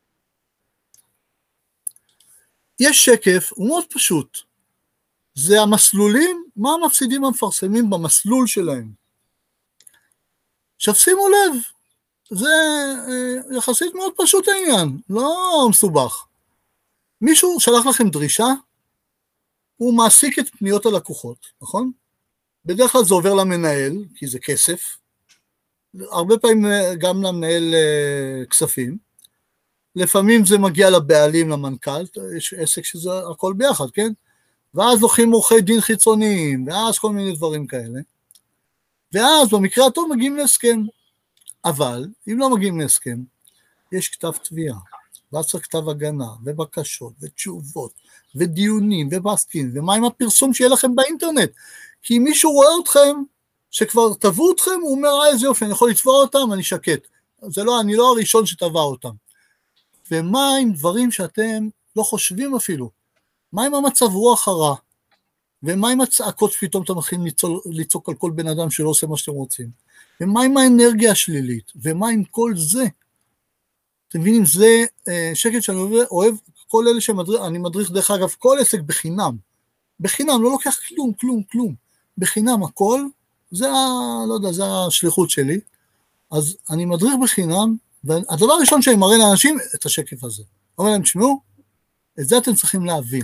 יש שקף, הוא מאוד פשוט, זה המסלולים, מה המפסידים המפרסמים במסלול שלהם. שימו לב, זה יחסית מאוד פשוט העניין, לא מסובך. מישהו שלח לכם דרישה, הוא מעסיק את פניות הלקוחות, נכון? בדרך כלל זה עובר למנהל, כי זה כסף, הרבה פעמים גם למנהל כספים, לפעמים זה מגיע לבעלים, למנכ"ל, יש עסק שזה הכל ביחד, כן? ואז לוקחים עורכי דין חיצוניים, ואז כל מיני דברים כאלה, ואז במקרה הטוב מגיעים להסכם, אבל אם לא מגיעים להסכם, יש כתב תביעה, ואז צריך כתב הגנה, ובקשות, ותשובות, ודיונים, ובסקים, ומה עם הפרסום שיהיה לכם באינטרנט? כי אם מישהו רואה אתכם, שכבר תבעו אתכם, הוא אומר, איזה יופי, אני יכול לתבוע אותם, אני שקט. אני לא הראשון שתבע אותם. ומה עם דברים שאתם לא חושבים אפילו? מה עם המצב רוח הרע? ומה עם הצעקות שפתאום אתם מתחילים לצעוק על כל בן אדם שלא עושה מה שאתם רוצים? ומה עם האנרגיה השלילית? ומה עם כל זה? אתם מבינים, זה שקט שאני אוהב, כל אלה אני מדריך דרך אגב, כל עסק בחינם, לא לוקח כלום, בחינם הכל, לא יודע, זה השליחות שלי, אז אני מדריך בחינם, והדבר הראשון שאני מראה לאנשים, את השקף הזה, אומר להם, תשמעו, את זה אתם צריכים להבין,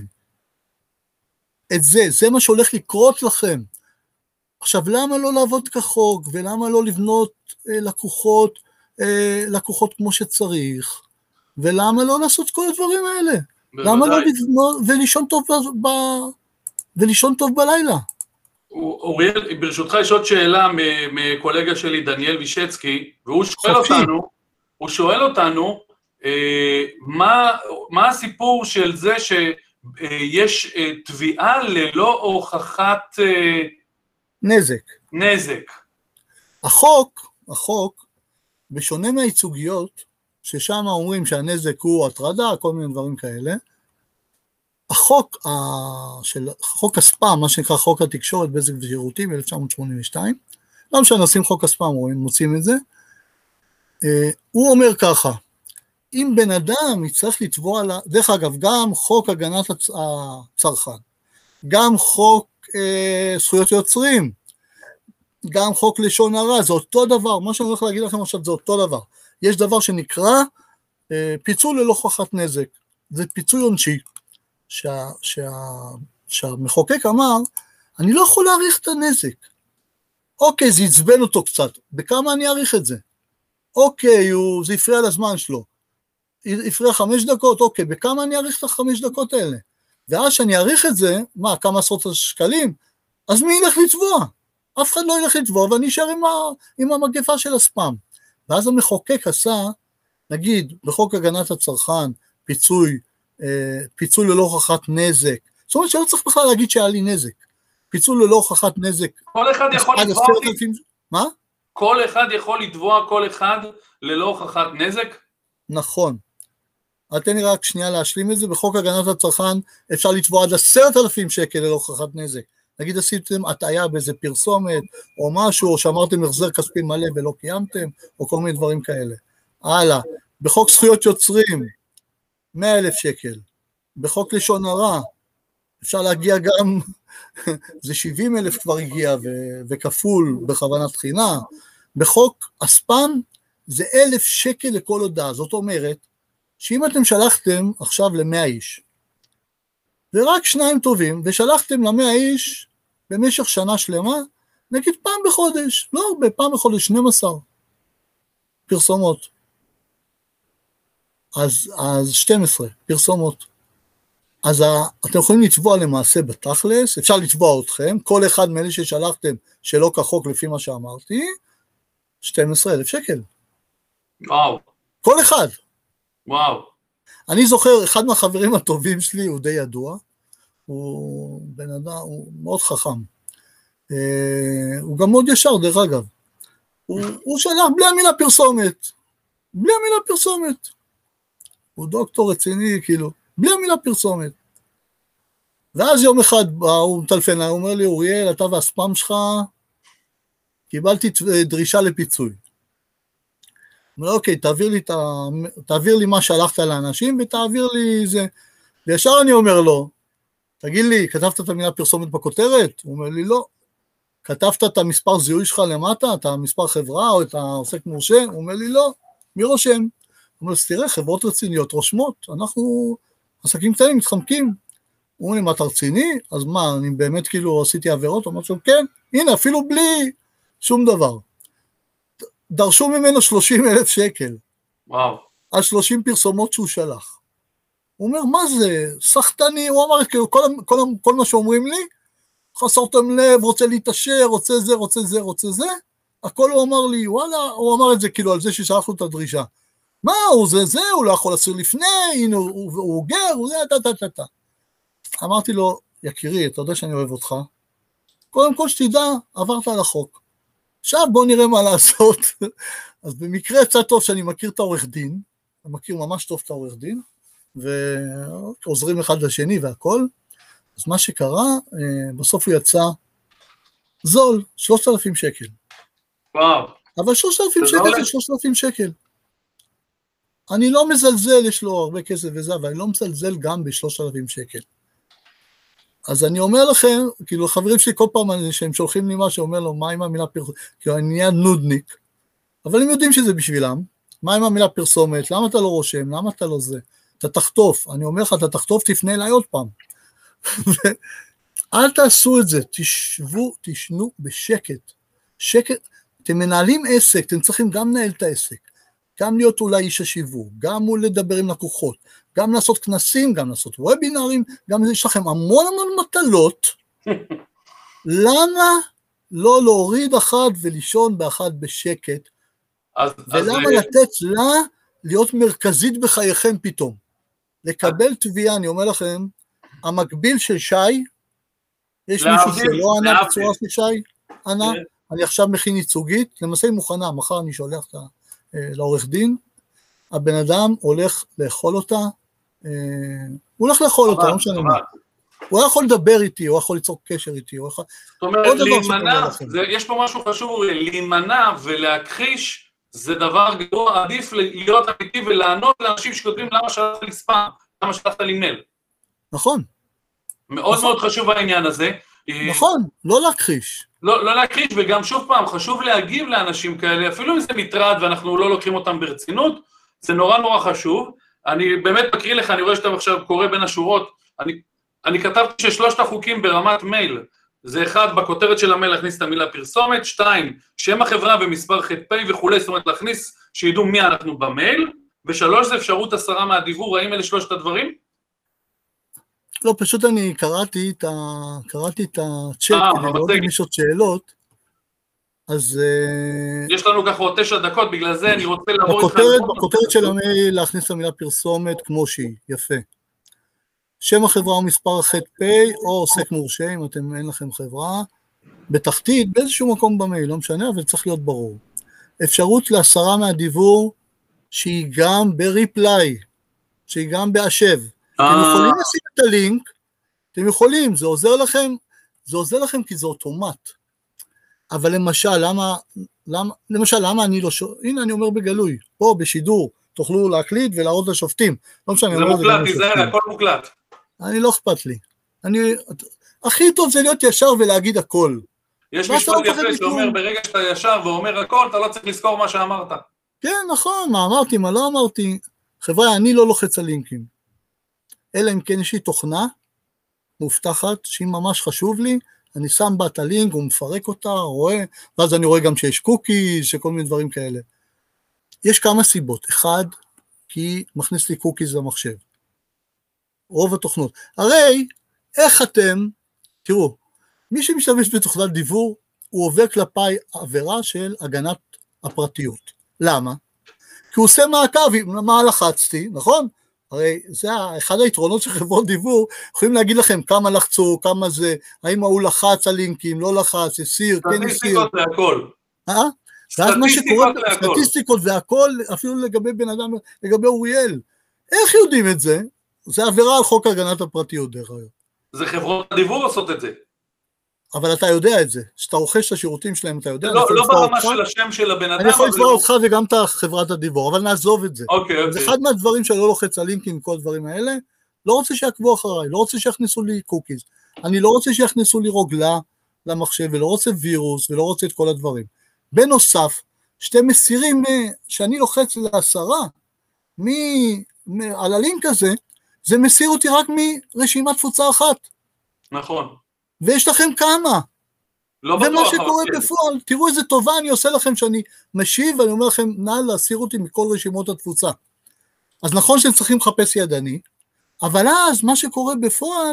זה מה שהולך לקרות לכם, עכשיו למה לא לעבוד כחוק, ולמה לא לבנות לקוחות כמו שצריך, ולמה לא לעשות כל הדברים האלה, למה לא לבנות ולישון טוב בלילה. אוריאל, ברשותך יש עוד שאלה מקולגה שלי דניאל וישצקי, והוא שואל אותנו, מה הסיפור של זה שיש תביעה ללא הוכחת נזק? החוק, בשונה מהייצוגיות, ששם אומרים שהנזק הוא הטרדה, כל מיני דברים כאלה, חוק הספאם, מה שנקרא חוק התקשורת, בזק ושירותים, 1982, לא משנה, נשים חוק הספאם, מוצאים את זה, הוא אומר ככה, אם בן אדם יצטרך לתבוע, דרך אגב, גם חוק הגנת הצרכן, גם חוק זכויות יוצרים, גם חוק לשון הרע, זה אותו דבר, מה שאני הולך להגיד לכם עכשיו זה אותו דבר, יש דבר שנקרא פיצוי ללא הוכחת נזק, זה פיצוי עונשי, שהמחוקק אמר, אני לא יכול להעריך את הנזק, אוקיי, זה יצבן אותו קצת, בכמה אני אעריך את זה? אוקיי, זה הפריע לזמן שלו, הפריע 5 דקות, אוקיי, בכמה אני אעריך את 5 דקות האלה? ואז שאני אעריך את זה, כמה עשרות שקלים? אז מי ילך לתבוע? אף אחד לא ילך לתבוע, ואני אשאר עם המגפה של הספאם. ואז המחוקק עשה, נגיד, בחוק הגנת הצרכן, פיצוי ללא הוכחת נזק, זאת אומרת שלא צריך בכלל להגיד שהיה לי נזק, פיצוי ללא הוכחת נזק. כל אחד יכול לתבוע אותי? מה? כל אחד יכול לתבוע כל אחד ללא הוכחת נזק? נכון. תן לי רק שנייה להשלים את זה, בחוק הגנת הצרכן אפשר לתבוע עד 10,000 שקל ללא הוכחת נזק. נגיד עשיתם הטעיה באיזה פרסומת או משהו, או שאמרתם החזר כספי מלא ולא קיימתם, או כל מיני דברים כאלה. הלאה, בחוק זכויות יוצרים, 100,000 שקל. בחוק לשון הרע, אפשר להגיע גם, זה 70,000 כבר הגיע, וכפול בכוונת תחינה. בחוק הספאם, זה 1,000 שקל לכל הודעה. זאת אומרת, שאם אתם שלחתם עכשיו ל100 איש, ורק 2 טובים, ושלחתם ל100 איש במשך שנה שלמה, נגיד פעם בחודש, לא הרבה, פעם בחודש 12 פרסומות. אז 12 פרסומות. אז אתם יכולים לתבוע למעשה בתכלס, אפשר לתבוע אתכם, כל אחד מאלה ששלחתם שלא כחוק לפי מה שאמרתי, 12,000 שקל. וואו. כל אחד. וואו. אני זוכר, אחד מהחברים הטובים שלי, הוא די ידוע, הוא בן אדם, הוא מאוד חכם, הוא גם מאוד ישר דרך אגב, הוא שלח בלי המילה פרסומת, הוא דוקטור רציני כאילו, בלי המילה פרסומת, ואז יום אחד הוא מטלפן, הוא אומר לי, אוריאל, אתה והספאם שלך, קיבלתי דרישה לפיצוי, אומר, אוקיי, תעביר לי מה שהלכת לאנשים, ותעביר לי זה, וישר אני אומר לו, תגיד לי, כתבת את המילה פרסומת בכותרת? הוא אומר לי, לא. כתבת את המספר זיהוי שלך למטה, את המספר חברה או את העוסק מורשה? הוא אומר לי, לא, מי רושם? הוא אומר, אז תראה, חברות רציניות רושמות, אנחנו עסקים קטנים, מתחמקים. הוא אומר לי, מה אתה רציני? אז מה, אני באמת כאילו עשיתי עבירות? הוא אומר שם, כן, הנה, אפילו בלי שום דבר. דרשו ממנו 30,000 שקל. וואו. על 30 פרסומות שהוא שלח. הוא אומר, מה זה? סחטני, הוא אמר, כאילו, כל מה שאומרים לי, חסרתם לב, רוצה להתעשר, רוצה זה, רוצה זה, רוצה זה, הכל הוא אמר לי, וואלה, הוא אמר את זה כאילו על זה ששלחנו את הדרישה. מה, הוא זה, הוא לא יכול להסיר לפני, הנה, הוא גר, הוא זה, אתה. אמרתי לו, יקירי, אתה יודע שאני אוהב אותך, קודם כל שתדע, עברת על החוק. עכשיו בוא נראה מה לעשות. אז במקרה יצא טוב שאני מכיר את העורך דין, אני מכיר ממש טוב את העורך דין, ועוזרים אחד לשני והכל, אז מה שקרה, בסוף הוא יצא זול, 3,000 שקל. וואו. אבל 3,000 שקל זה 3,000 שקל. אני לא מזלזל, יש לו הרבה כסף וזה, אבל אני לא מזלזל גם ב3,000 שקל. אז אני אומר לכם, כאילו חברים שלי כל פעם שהם שולחים לי מה שאומר לו, מה עם המילה פרסומת, כאילו אני נהיה נודניק, אבל הם יודעים שזה בשבילם, מה עם המילה פרסומת, למה אתה לא רושם, למה אתה לא זה, אתה תחטוף, אני אומר לך, אתה תחטוף, תפנה אליי עוד פעם. אל תעשו את זה, תשבו, תשנו בשקט, שקט, אתם מנהלים עסק, אתם צריכים גם לנהל את העסק, גם להיות אולי איש השיווק, גם לדבר עם לקוחות, גם לעשות כנסים, גם לעשות וובינרים, גם יש לכם המון מטלות, למה לא להוריד אחד ולישון באחד בשקט, ולמה לתת לה להיות מרכזית בחייכם פתאום, לקבל תביעה, אני אומר לכם, המקביל של שי, יש מישהו שלא ענה בצורה של שי, ענה, אני עכשיו מכין ייצוגית, למעשה היא מוכנה, מחר אני שולח אותה לעורך דין, הבן אדם הולך לאכול אותה, הוא הולך לאכול אותה, לא משנה מה. הוא יכול לדבר איתי, הוא יכול ליצור קשר איתי, הוא יכול... זאת אומרת, להימנע, יש פה משהו חשוב, להימנע ולהכחיש, זה דבר גרוע, עדיף להיות אמיתי ולענות לאנשים שכותבים למה שלחת לי ספאם, למה שלחת לי מייל. נכון. מאוד מאוד חשוב העניין הזה. נכון, לא להכחיש. לא להכחיש, וגם שוב פעם, חשוב להגיב לאנשים כאלה, אפילו אם זה מטרד ואנחנו לא לוקחים אותם ברצינות, זה נורא נורא חשוב. אני באמת מקריא לך, אני רואה שאתה עכשיו קורא בין השורות, אני כתבתי ששלושת החוקים ברמת מייל, זה אחד, בכותרת של המייל להכניס את המילה פרסומת, 2, שם החברה ומספר ח"פ וכולי, זאת אומרת להכניס, שידעו מי אנחנו במייל, ו3 זה אפשרות הסרה מהדיבור, האם אלה שלושת הדברים? לא, פשוט אני קראתי את הצ'אט, כדי לראות אם יש עוד שאלות, אז... יש לנו ככה עוד 9 דקות, בגלל זה אני רוצה לעבור איתך... בכותרת של המייל להכניס את המילה פרסומת כמו שהיא, יפה. שם החברה או מספר ח"פ או עוסק מורשה, אם אתם אין לכם חברה, בתחתית, באיזשהו מקום במייל, לא משנה, אבל צריך להיות ברור. אפשרות להסרה מהדיבור, שהיא גם בריפליי, שהיא גם בהשב. אתם יכולים לשים את הלינק, אתם יכולים, זה עוזר לכם כי זה אוטומט. אבל למשל, למה אני לא שואל, הנה אני אומר בגלוי, פה בשידור, תוכלו להקליט ולהראות לשופטים. לא משנה, זה מוקלט, תיזהר, הכל מוקלט. אני לא אכפת לי. הכי טוב זה להיות ישר ולהגיד הכל. יש משפט יפה שאומר, ברגע שאתה ישר ואומר הכל, אתה לא צריך לזכור מה שאמרת. כן, נכון, מה אמרתי, מה לא אמרתי. חבר'ה, אני לא לוחץ על לינקים. אלא אם כן יש לי תוכנה מובטחת, שהיא ממש חשוב לי, אני שם בה את הלינק, הוא מפרק אותה, רואה, ואז אני רואה גם שיש קוקיז, שכל מיני דברים כאלה. יש כמה סיבות. אחד, כי מכניס לי קוקיז למחשב. רוב התוכנות. הרי, איך אתם, תראו, מי שמשתמש בתוכנת דיבור, הוא עובר כלפיי עבירה של הגנת הפרטיות. למה? כי הוא עושה מעקב, מה לחצתי, נכון? הרי זה אחד היתרונות של חברות דיבור, יכולים להגיד לכם כמה לחצו, כמה זה, האם הוא לחץ על לינקים, לא לחץ, הסיר, כן הסיר. סטטיסטיקות והכל. ואז מה שקורה, סטטיסטיקות והכל, אפילו לגבי בן אדם, לגבי אוריאל. איך יודעים את זה? זה עבירה על חוק הגנת הפרטיות דרך אגב. זה חברות הדיבור עושות את זה. אבל אתה יודע את זה, שאתה רוכש את השירותים שלהם, אתה יודע. לא ברמה של השם של הבן אדם. אני יכול לתבוע אותך וגם את חברת הדיבור, אבל נעזוב את זה. זה אחד מהדברים שלא לוחץ על לינקים, כל הדברים האלה, לא רוצה שיעקבו אחריי, לא רוצה שיכניסו לי קוקיז, אני לא רוצה שיכניסו לי רוגלה, למחשב, ולא רוצה וירוס, ולא רוצה את כל הדברים. בנוסף, שאתם מסירים, שאני לוחץ ל10, על הלינק הזה, זה מסיר אותי רק מרשימת תפוצה אחת. נכון. ויש לכם כמה. לא בטוח. ומה שקורה בפועל, תראו איזה טובה אני עושה לכם שאני משיב, ואני אומר לכם, נא להסיר אותי מכל רשימות התפוצה. אז נכון שאתם צריכים לחפש ידני, אבל אז מה שקורה בפועל,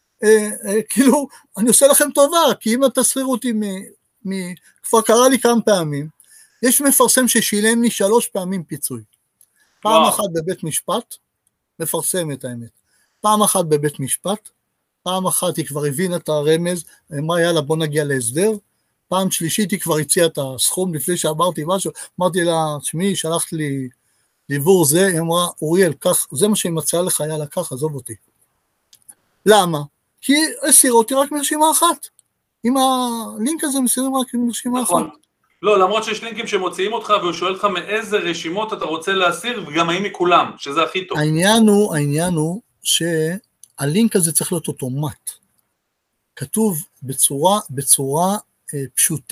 כאילו, אני עושה לכם טובה, כי אם אתה תסיר אותי, כבר קרה לי כמה פעמים, יש מפרסם ששילם לי 3 פעמים פיצוי. פעם אחת בבית משפט, מפרסם את האמת. פעם אחת בבית משפט, פעם אחת היא כבר הבינה את הרמז, אמרה יאללה בוא נגיע להסדר, פעם שלישית היא כבר הציעה את הסכום לפני שאמרתי משהו, אמרתי לה, שמי, שלחת לי דיבור זה, היא אמרה, אוריאל, כך, זה מה שהיא מציעה לך, יאללה, כך, עזוב אותי. למה? כי הסיר אותי רק מרשימה אחת. עם הלינק הזה מסירים רק מרשימה אחת. לא, למרות שיש לינקים שמוציאים אותך, והוא שואל לך מאיזה רשימות אתה רוצה להסיר, וגם האם מכולם, שזה הכי טוב. העניין הוא שהלינק הזה צריך להיות אוטומט. כתוב בצורה פשוטה,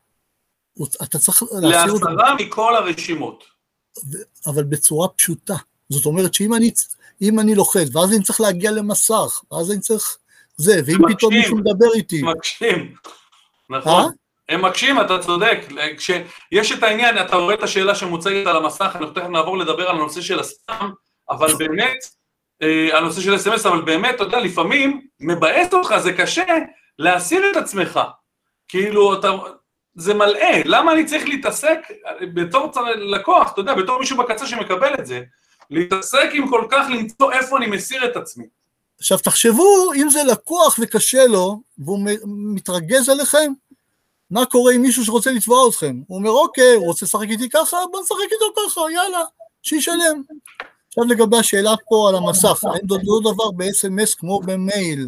אתה צריך להסיר אותו. להסרה מכל הרשימות. אבל בצורה פשוטה. זאת אומרת שאם אני לוחץ, ואז אני צריך להגיע למסך, ואז אני צריך זה, ואם פתאום מישהו מדבר איתי. מקשים, נכון. הם מקשים, אתה צודק. כשיש את העניין, אתה רואה את השאלה שמוצגת על המסך, אנחנו תכף נעבור לדבר על הנושא של הספאם, אבל באמת, הנושא של SMS, אבל באמת, אתה יודע, לפעמים מבאס אותך, זה קשה להסיר את עצמך. כאילו, זה מלא, למה אני צריך להתעסק בתור לקוח, אתה יודע, בתור מישהו בקצה שמקבל את זה, להתעסק עם כל כך למצוא איפה אני מסיר את עצמי. עכשיו תחשבו, אם זה לקוח וקשה לו, והוא מתרגז עליכם, מה קורה עם מישהו שרוצה לתבוע אתכם? הוא אומר, אוקיי, הוא רוצה לשחק איתי ככה, בוא נשחק איתו ככה, יאללה, שישלם. עכשיו לגבי השאלה פה על המסך, אין אותו דבר ב-SMS כמו במייל.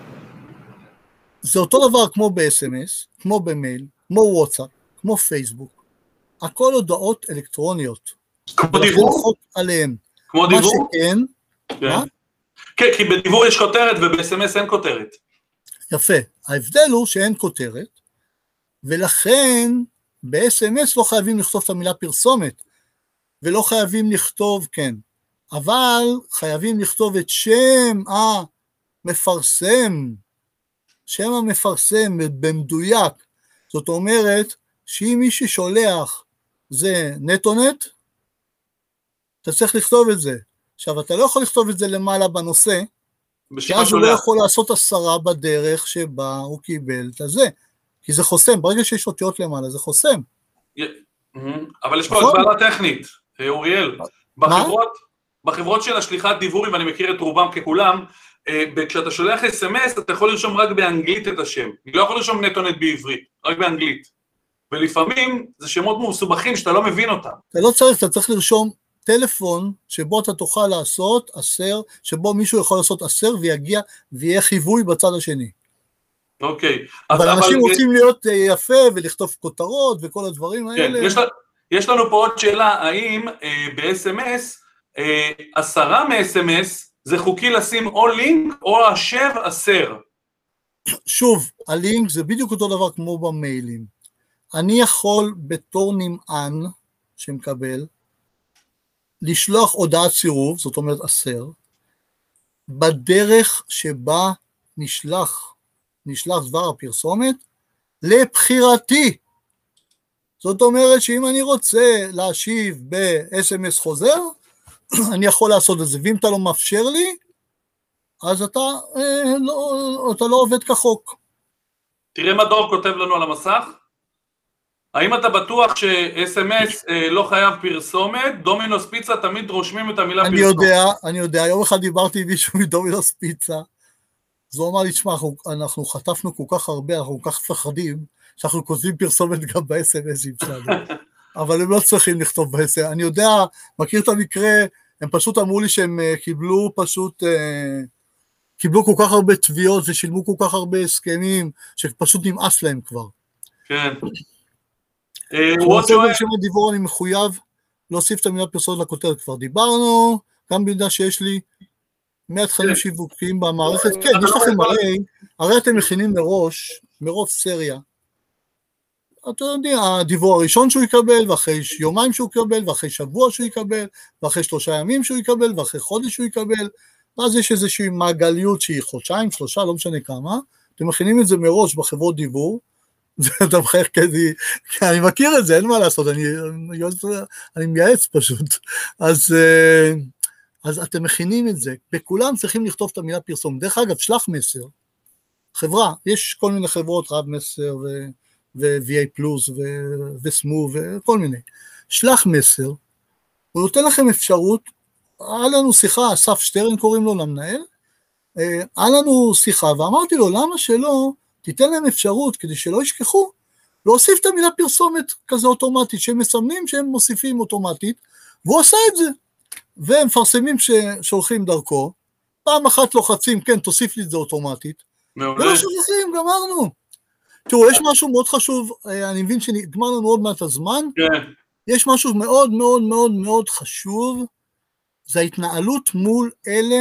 זה אותו דבר כמו ב-SMS, כמו במייל, כמו וואטסאפ, כמו פייסבוק. הכל הודעות אלקטרוניות. כמו דיוור? עליהם. כמו דיוור? מה? כן, כי בדיוור יש כותרת וב-SMS אין כותרת. יפה. ההבדל הוא שאין כותרת, ולכן ב-SMS לא חייבים לכתוב את המילה פרסומת, ולא חייבים לכתוב, כן, אבל חייבים לכתוב את שם המפרסם, שם המפרסם במדויק. זאת אומרת שאם מישהו שולח זה נטונט, אתה צריך לכתוב את זה. עכשיו אתה לא יכול לכתוב את זה למעלה בנושא, כי אז הוא לא יכול לעשות הסרה בדרך שבה הוא קיבל את זה, כי זה חוסם, ברגע שיש אותיות למעלה זה חוסם. אבל יש פה הגבלה טכנית, אוריאל, בחברות של השליחת דיבורים, אני מכיר את רובם ככולם, כשאתה שולח SMS, אתה יכול לרשום רק באנגלית את השם, אני לא יכול לרשום נטונט בעברית, רק באנגלית, ולפעמים זה שמות מסובכים שאתה לא מבין אותם. אתה לא צריך, אתה צריך לרשום טלפון שבו אתה תוכל לעשות אסר, שבו מישהו יכול לעשות אסר ויגיע ויהיה חיווי בצד השני. אוקיי. אבל אנשים רוצים להיות יפה ולכתוב כותרות וכל הדברים האלה. כן, יש לנו פה עוד שאלה, האם ב-SMS, הסרה מ-SMS, זה חוקי לשים או לינק או השב אסר? שוב, הלינק זה בדיוק אותו דבר כמו במיילים. אני יכול בתור נמען שמקבל, לשלוח הודעת סירוב, זאת אומרת אסר, בדרך שבה נשלח דבר הפרסומת, לבחירתי. זאת אומרת שאם אני רוצה להשיב ב-SMS חוזר, אני יכול לעשות את זה, ואם אתה לא מאפשר לי, אז אתה לא עובד כחוק. תראה מה דור כותב לנו על המסך. האם אתה בטוח ש-SMS לא חייב פרסומת? דומינוס פיצה תמיד רושמים את המילה פרסומת. אני יודע, יום אחד דיברתי עם מישהו מדומינוס פיצה, אז הוא אמר לי, תשמע, אנחנו חטפנו כל כך הרבה, אנחנו כל כך פחדים, שאנחנו כותבים פרסומת גם ב-SMS, אבל הם לא צריכים לכתוב ב-SMS. אני יודע, מכיר את המקרה, הם פשוט אמרו לי שהם קיבלו כל כך הרבה תביעות, ושילמו כל כך הרבה הסכמים, שפשוט נמאס להם כבר. כן. בשם הדיבור אני מחויב להוסיף את המילה פרסומת לכותרת, כבר דיברנו, גם בידע שיש לי 100 תכנים שיווקיים במערכת, כן, יש לכם הרי אתם מכינים מראש, מרוב סריה, אתה יודע, הדיוור הראשון שהוא יקבל, ואחרי יומיים שהוא יקבל, ואחרי שבוע שהוא יקבל, ואחרי 3 ימים שהוא יקבל, ואחרי חודש שהוא יקבל, ואז יש איזושהי מעגליות שהיא 2, 3, לא משנה כמה, אתם מכינים את זה מראש בחברות דיוור, אתה מחייך כדי, כי אני מכיר את זה, אין מה לעשות, אני מייעץ פשוט, אז אתם מכינים את זה, בכולם צריכים לכתוב את המילה פרסום, דרך אגב, שלח מסר, חברה, יש כל מיני חברות, רב מסר ו-VA פלוס וסמו וכל מיני, שלח מסר, הוא נותן לכם אפשרות, היה לנו שיחה, אסף שטרן קוראים לו למנהל, היה לנו שיחה, ואמרתי לו, למה שלא, תיתן להם אפשרות, כדי שלא ישכחו, להוסיף את המילה פרסומת כזה אוטומטית, שהם מסמנים שהם מוסיפים אוטומטית, והוא עשה את זה, והם מפרסמים ששולחים דרכו, פעם אחת לוחצים, כן, תוסיף לי את זה אוטומטית, ולא שולחים, גמרנו. תראו, יש משהו מאוד חשוב, אני מבין שנגמר לנו עוד מעט הזמן, יש משהו מאוד מאוד מאוד מאוד חשוב, זה ההתנהלות מול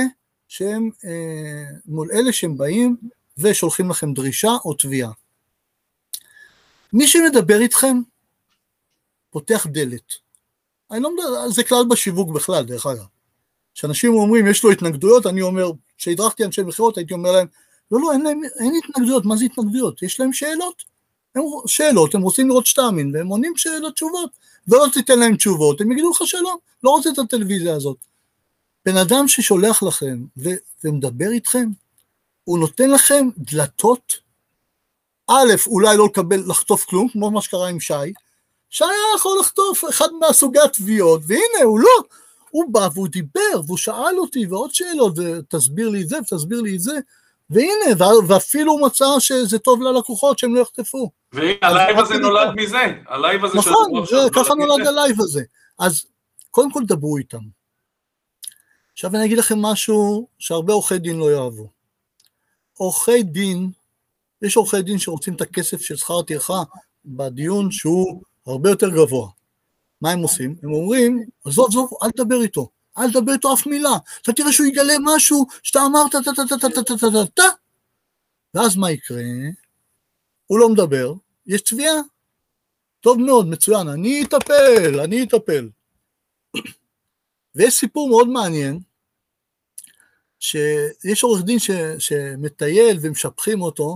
אלה שהם באים, ושולחים לכם דרישה או תביעה. מי שמדבר איתכם, פותח דלת. אני לא מדבר, זה כלל בשיווק בכלל, דרך אגב. כשאנשים אומרים, יש לו התנגדויות, אני אומר, כשהדרכתי אנשי מכירות, הייתי אומר להם, לא, אין התנגדויות, מה זה התנגדויות? יש להם שאלות, הם רוצים לראות שתאמין, והם עונים שאלות תשובות, ולא תיתן להם תשובות, הם יגידו לך שלום, לא רוצה את הטלוויזיה הזאת. בן אדם ששולח לכם, ומדבר איתכם, הוא נותן לכם דלתות, א', אולי לא לחטוף כלום, כמו מה שקרה עם שי היה יכול לחטוף אחד מהסוגי התביעות, והנה הוא לא, הוא בא והוא דיבר, והוא שאל אותי, ועוד שאלות, ותסביר לי את זה, ותסביר לי את זה, והנה, ואפילו הוא מצא שזה טוב ללקוחות, שהם לא יחטפו. והנה, הלייב הזה נולד מזה, הלייב הזה נכון, ככה נולד הלייב הזה. אז קודם כל דברו איתם. עכשיו אני אגיד לכם משהו שהרבה עורכי דין לא יאהבו. עורכי דין, יש עורכי דין שרוצים את הכסף של שכר טרחה בדיון שהוא הרבה יותר גבוה. מה הם עושים? הם אומרים, עזוב, אל תדבר איתו, אל תדבר איתו אף מילה, אתה תראה שהוא יגלה משהו שאתה אמרת, ואז מה יקרה? הוא לא מדבר, יש תביעה, טוב מאוד, מצוין, אני אטפל. ויש סיפור מאוד מעניין, שיש עורך דין שמטייל ומשבחים אותו,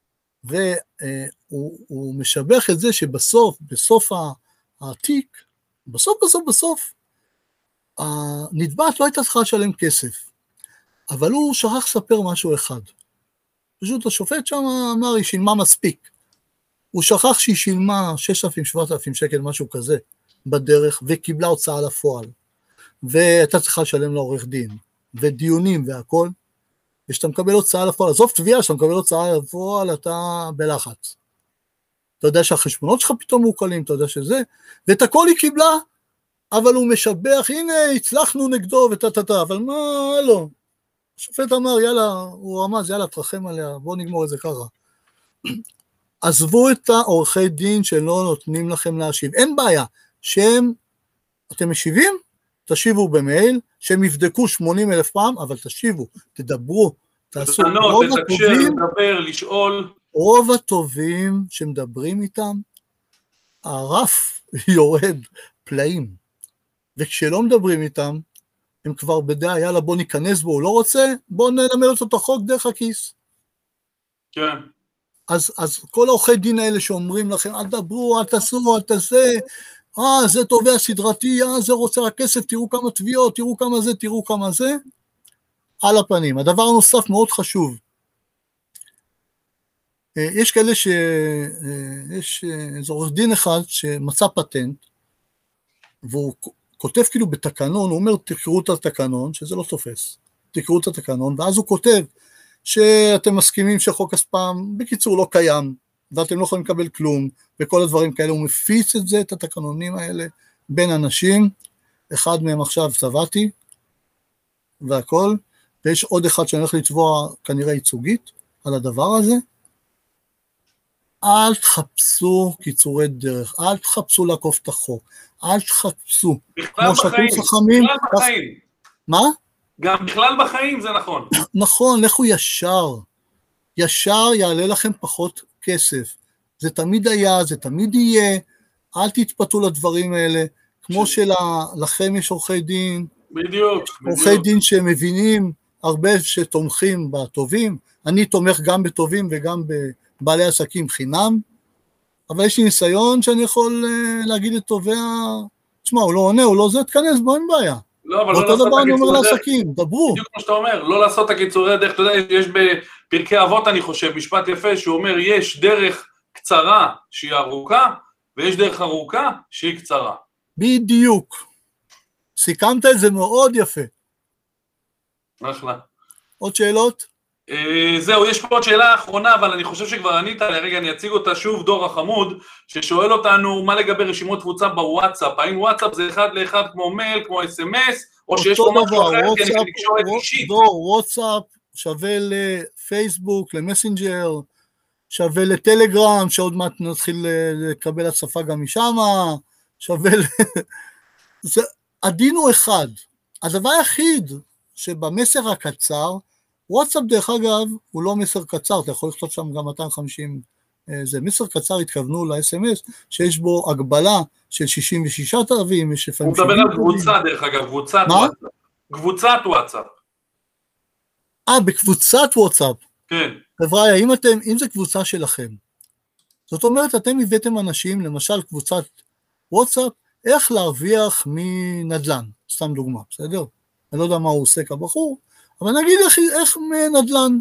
והוא משבח את זה בסוף התיק, בסוף, הנתבעת לא הייתה צריכה לשלם כסף, אבל הוא שכח לספר משהו אחד. פשוט השופט שם אמר, היא שילמה מספיק. הוא שכח שהיא שילמה 6,000-7,000 שקל, משהו כזה, בדרך, וקיבלה הוצאה לפועל. והייתה צריכה לשלם לעורך דין, ודיונים והכל, ושאתה מקבל הוצאה לפועל, עזוב תביעה, שאתה מקבל הוצאה לפועל, אתה בלחץ. אתה יודע שהחשבונות שלך פתאום מעוקלים, אתה יודע שזה, ואת הכל היא קיבלה, אבל הוא משבח, הנה, הצלחנו נגדו, אבל מה לא? השופט אמר, יאללה, הוא רמז, יאללה, תרחם עליה, בואו נגמור את זה ככה. עזבו את העורכי דין שלא נותנים לכם להשיב, אין בעיה, אתם משיבים? תשיבו במייל, שהם יבדקו 80,000 פעם, אבל תשיבו, תדברו, תעשו. לדבר, לשאול. רוב הטובים שמדברים איתם, הרף יורד פלאים, וכשלא מדברים איתם, הם כבר בדעה, יאללה בוא ניכנס בו, הוא לא רוצה, בוא נלמד אותו את החוק דרך הכיס. כן. אז כל העורכי דין האלה שאומרים לכם, אל תדברו, אל תעשו, אל תעשה, זה תובע סדרתי, זה רוצה רק כסף, תראו כמה תביעות, תראו כמה זה, על הפנים. הדבר הנוסף מאוד חשוב, יש כאלה יש איזה עורך דין אחד שמצא פטנט, והוא כותב כאילו בתקנון, הוא אומר תקראו את התקנון, שזה לא תופס, תקראו את התקנון, ואז הוא כותב שאתם מסכימים שחוק הספאם בקיצור לא קיים, ואתם לא יכולים לקבל כלום, וכל הדברים כאלה, הוא מפיץ את זה, את התקנונים האלה, בין אנשים, אחד מהם עכשיו צבעתי, והכל, ויש עוד אחד שאני הולך לתבוע כנראה ייצוגית, על הדבר הזה, אל תחפשו קיצורי דרך, אל תחפשו לעקוף את החוק, אל תחפשו, כמו שאתם חכמים, מה? גם בכלל בחיים זה נכון. נכון, לכו ישר יעלה לכם פחות כסף. זה תמיד היה, זה תמיד יהיה, אל תתפתו לדברים האלה, כמו שלכם יש עורכי דין, בדיוק. עורכי דין שמבינים הרבה שתומכים בטובים, אני תומך גם בטובים וגם בבעלי עסקים חינם, אבל יש לי ניסיון שאני יכול להגיד לתובע, תשמע, הוא לא עונה, הוא לא זה, תכנס, בוא, אין בעיה. לא, אבל לא לעשות את הקיצורי דרך. אותו דבר אני אומר דרך. לעסקים, דברו. בדיוק כמו שאתה אומר, לא לעשות את הקיצורי דרך, אתה יודע, יש בפרקי אבות, אני חושב, משפט יפה, שהוא אומר, יש דרך קצרה שהיא ארוכה, ויש דרך ארוכה שהיא קצרה. בדיוק. סיכמת את זה מאוד יפה. אחלה. עוד שאלות? זהו, יש פה עוד שאלה אחרונה, אבל אני חושב שכבר ענית, רגע אני אציג אותה שוב, דור החמוד, ששואל אותנו מה לגבי רשימות קבוצה בוואטסאפ, האם וואטסאפ זה אחד לאחד כמו מייל, כמו SMS, או שיש פה משהו אחר, כי אני תקשורת אישית. דור, וואטסאפ שווה לפייסבוק, למסנג'ר, שווה לטלגרם, שעוד מעט נתחיל לקבל הצפה גם משם, שווה הדין הוא אחד. הדבר היחיד שבמסר הקצר, וואטסאפ דרך אגב הוא לא מסר קצר, אתה יכול לכתוב שם גם 250, זה מסר קצר התכוונו ל-SMS, שיש בו הגבלה של 66 תווים, יש לפעמים... הוא מדבר על קבוצה דרך אגב, קבוצת וואטסאפ. קבוצת וואטסאפ. בקבוצת וואטסאפ. כן. חבר'ה, אם זה קבוצה שלכם, זאת אומרת, אתם הבאתם אנשים, למשל קבוצת וואטסאפ, איך להרוויח מנדלן, סתם דוגמה, בסדר? אני לא יודע מה הוא עושה כבחור, אבל נגיד איך מנדלן,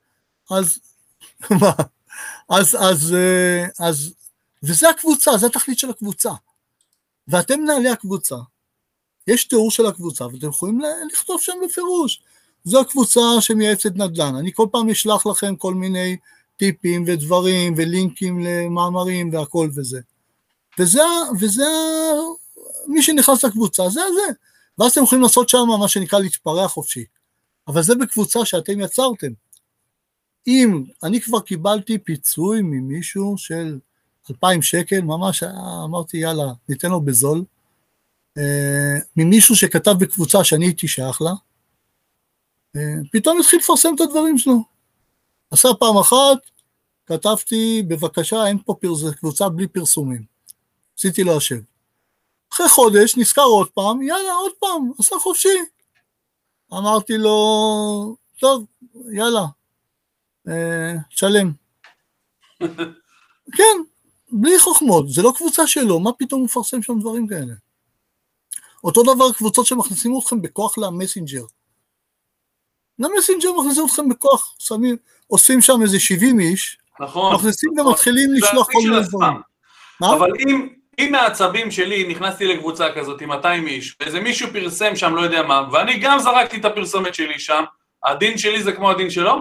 אז, וזה הקבוצה, זה התכלית של הקבוצה, ואתם מנהלי הקבוצה, יש תיאור של הקבוצה, ואתם יכולים לכתוב שם בפירוש, זו הקבוצה שמייעצת נדל"ן, אני כל פעם אשלח לכם כל מיני טיפים ודברים, ולינקים למאמרים והכל וזה, וזה מי שנכנס לקבוצה, זה, ואז אתם יכולים לעשות שם מה שנקרא להתפרע חופשי, אבל זה בקבוצה שאתם יצרתם. אם אני כבר קיבלתי פיצוי ממישהו של 2,000 שקל, ממש אמרתי יאללה, ניתן לו בזול, ממישהו שכתב בקבוצה שאני הייתי שייך לה, פתאום התחיל לפרסם את הדברים שלו. עשה פעם אחת, כתבתי בבקשה, אין פה קבוצה בלי פרסומים. עשיתי לו השב. אחרי חודש נזכר עוד פעם, יאללה עוד פעם, עשה חופשי. אמרתי לו, טוב, יאללה, שלם. כן, בלי חוכמות, זה לא קבוצה שלו, מה פתאום הוא מפרסם שם דברים כאלה? אותו דבר קבוצות שמכניסים אתכם בכוח למסנג'ר. למסנג'ר מכניסים אתכם בכוח, עושים שם איזה 70 איש, נכון. מכניסים ומתחילים לשלוח כל מיני דברים. אבל אם מהעצבים שלי נכנסתי לקבוצה כזאת עם 200 איש, ואיזה מישהו פרסם שם לא יודע מה, ואני גם זרקתי את הפרסומת שלי שם, הדין שלי זה כמו הדין שלו?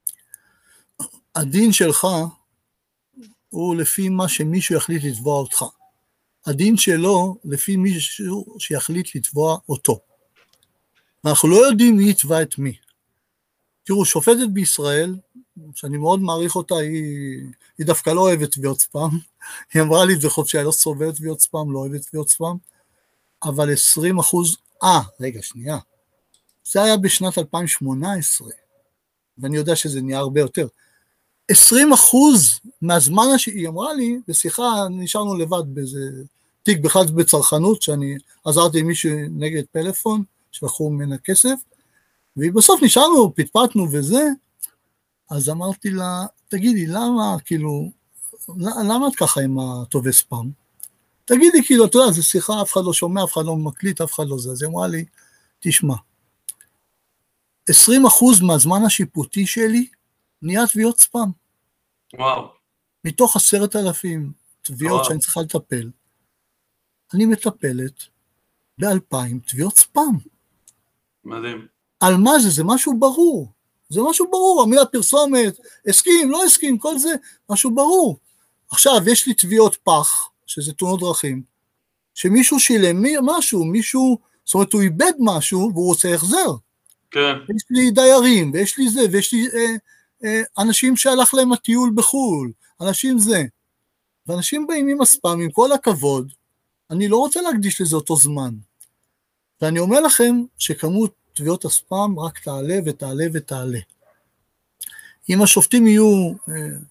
הדין שלך הוא לפי מה שמישהו יחליט לתבוע אותך. הדין שלו לפי מישהו שיחליט לתבוע אותו. אנחנו לא יודעים מי יתבע את מי. תראו, שופטת בישראל, שאני מאוד מעריך אותה, היא דווקא לא אוהבת תביעות ספאם, היא אמרה לי את זה חופשי, אני לא סובלת תביעות ספאם, לא אוהבת תביעות ספאם, אבל 20%, רגע, שנייה, זה היה בשנת 2018, ואני יודע שזה נהיה הרבה יותר, 20% מהזמן שהיא אמרה לי, בשיחה נשארנו לבד באיזה תיק בכלל בצרכנות, שאני עזרתי עם מישהו נגד פלאפון, שלחו ממנה כסף, ובסוף נשארנו, פטפטנו וזה, אז אמרתי לה, תגידי, למה, כאילו, למה את ככה עם הטובי ספאם? תגידי, כאילו, אתה יודע, זו שיחה, אף אחד לא שומע, אף אחד לא מקליט, אף אחד לא זה, אז היא אמרה לי, תשמע, 20% מהזמן השיפוטי שלי, נהיה תביעות ספאם. וואו. מתוך 10,000 תביעות שאני צריכה לטפל, אני מטפלת ב2,000 תביעות ספאם. מדהים. על מה זה? זה משהו ברור. זה משהו ברור, המילה פרסומת, הסכים, לא הסכים, כל זה, משהו ברור. עכשיו, יש לי תביעות פח, שזה תאונות דרכים, שמישהו שילם משהו, מישהו, זאת אומרת, הוא איבד משהו, והוא רוצה החזר. כן. יש לי דיירים, ויש לי זה, ויש לי אנשים שהלך להם הטיול בחול, אנשים זה. ואנשים באים עם הספאם, עם כל הכבוד, אני לא רוצה להקדיש לזה אותו זמן. ואני אומר לכם שכמות תביעות הספאם רק תעלה ותעלה ותעלה. אם השופטים יהיו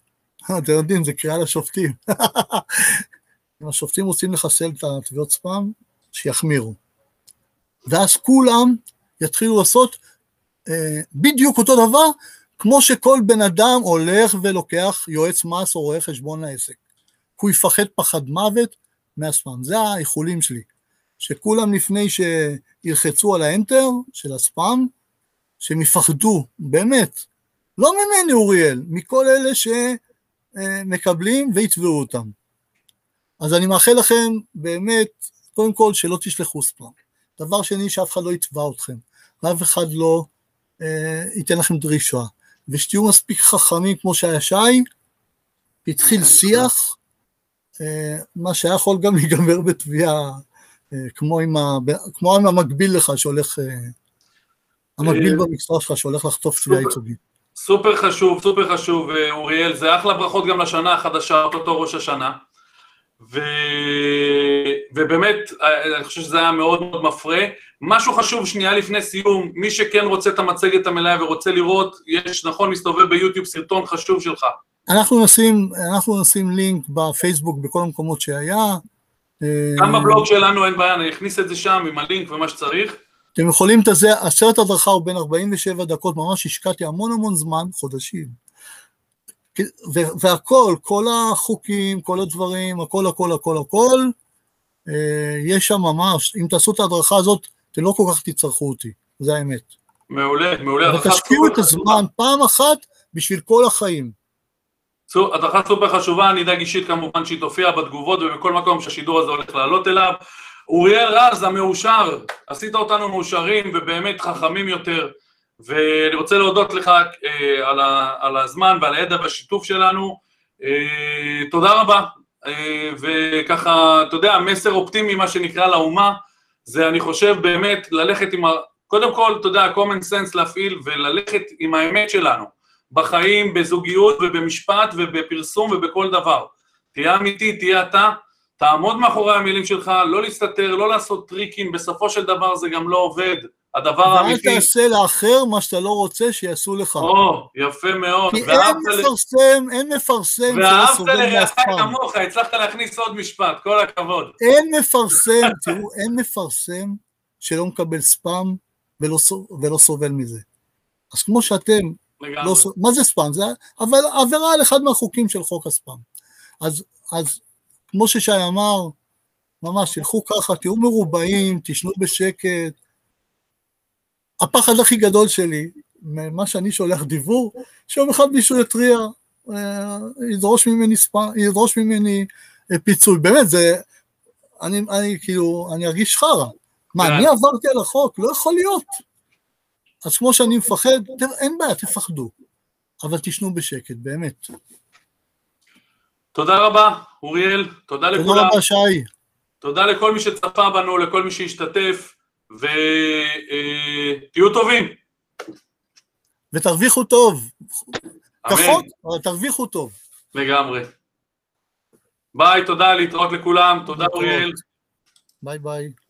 אתם יודעים, זה קריאה לשופטים. אם השופטים רוצים לחסל את התביעות ספאם, שיחמירו. ואז כולם יתחילו לעשות בדיוק אותו דבר, כמו שכל בן אדם הולך ולוקח יועץ מס או רואה חשבון לעסק. הוא יפחד פחד מוות מהספאם. זה האיחולים שלי. שכולם לפני שילחצו על האנטר של הספאם, שהם יפחדו, באמת, לא ממני אוריאל, מכל אלה שמקבלים ויתבעו אותם. אז אני מאחל לכם באמת, קודם כל שלא תשלחו ספאם. דבר שני, שאף אחד לא יתבע אתכם, ואף אחד לא ייתן לכם דרישה, ושתהיו מספיק חכמים כמו שהיה שי, התחיל שיח, מה שהיה יכול גם להיגמר בתביעה, כמו עם המקביל לך שהולך, המקביל במקצוע שלך שהולך לחטוף תביעה ייצוגית. סופר חשוב, סופר חשוב, אוריאל, זה אחלה ברכות גם לשנה החדשה, אותו ראש השנה, ובאמת, אני חושב שזה היה מאוד מאוד מפרה. משהו חשוב שנייה לפני סיום, מי שכן רוצה את המצגת המלאה ורוצה לראות, יש נכון מסתובב ביוטיוב סרטון חשוב שלך. אנחנו נשים לינק בפייסבוק בכל המקומות שהיה. גם בבלוג שלנו אין בעיה, אני אכניס את זה שם עם הלינק ומה שצריך. אתם יכולים את זה, הסרט הדרכה הוא בין 47 דקות, ממש השקעתי המון זמן, חודשים. והכל, כל החוקים, כל הדברים, הכל, יש שם ממש, אם תעשו את ההדרכה הזאת, אתם לא כל כך תצטרכו אותי, זה האמת. מעולה. ותשקיעו את הזמן פעם אחת בשביל כל החיים. הדרכה סופר חשובה, אני אדאג אישית כמובן שהיא תופיע בתגובות ובכל מקום שהשידור הזה הולך לעלות אליו. אוריאל רז, המאושר, עשית אותנו מאושרים ובאמת חכמים יותר, ואני רוצה להודות לך על הזמן ועל הידע והשיתוף שלנו. תודה רבה, וככה, אתה יודע, מסר אופטימי, מה שנקרא לאומה, זה אני חושב באמת ללכת עם, קודם כל, אתה יודע, common sense להפעיל וללכת עם האמת שלנו, בחיים, בזוגיות ובמשפט ובפרסום ובכל דבר. תהיה אמיתי, תהיה אתה, תעמוד מאחורי המילים שלך, לא להסתתר, לא לעשות טריקים, בסופו של דבר זה גם לא עובד. הדבר האמיתי... ואל תעשה לאחר מה שאתה לא רוצה שיעשו לך. יפה מאוד. כי אין מפרסם ואהבת לרעך כמוך, הצלחת להכניס עוד משפט, כל הכבוד. אין מפרסם שלא מקבל ספאם ולא סובל מזה. אז כמו שאתם, מה זה ספאם? זה עבירה על אחד מהחוקים של חוק הספאם. אז כמו ששי אמר, ממש, תלכו ככה, תהיו מרובעים, תשנו בשקט. הפחד הכי גדול שלי, מה שאני שולח דיבור, שיום אחד מישהו יטריע, ידרוש ממני פיצוי. באמת, אני ארגיש חרא. מה, אני עברתי על החוק? לא יכול להיות. אז כמו שאני מפחד, אין בעיה, תפחדו. אבל תשנו בשקט, באמת. תודה רבה, אוריאל, תודה לכולם. תודה רבה, שי. תודה לכל מי שצפה בנו, לכל מי שהשתתף, ותהיו טובים. ותרוויחו טוב. כחוק, אבל תרוויחו טוב. לגמרי. ביי, תודה, להתראות לכולם, תודה אוריאל. ביי ביי.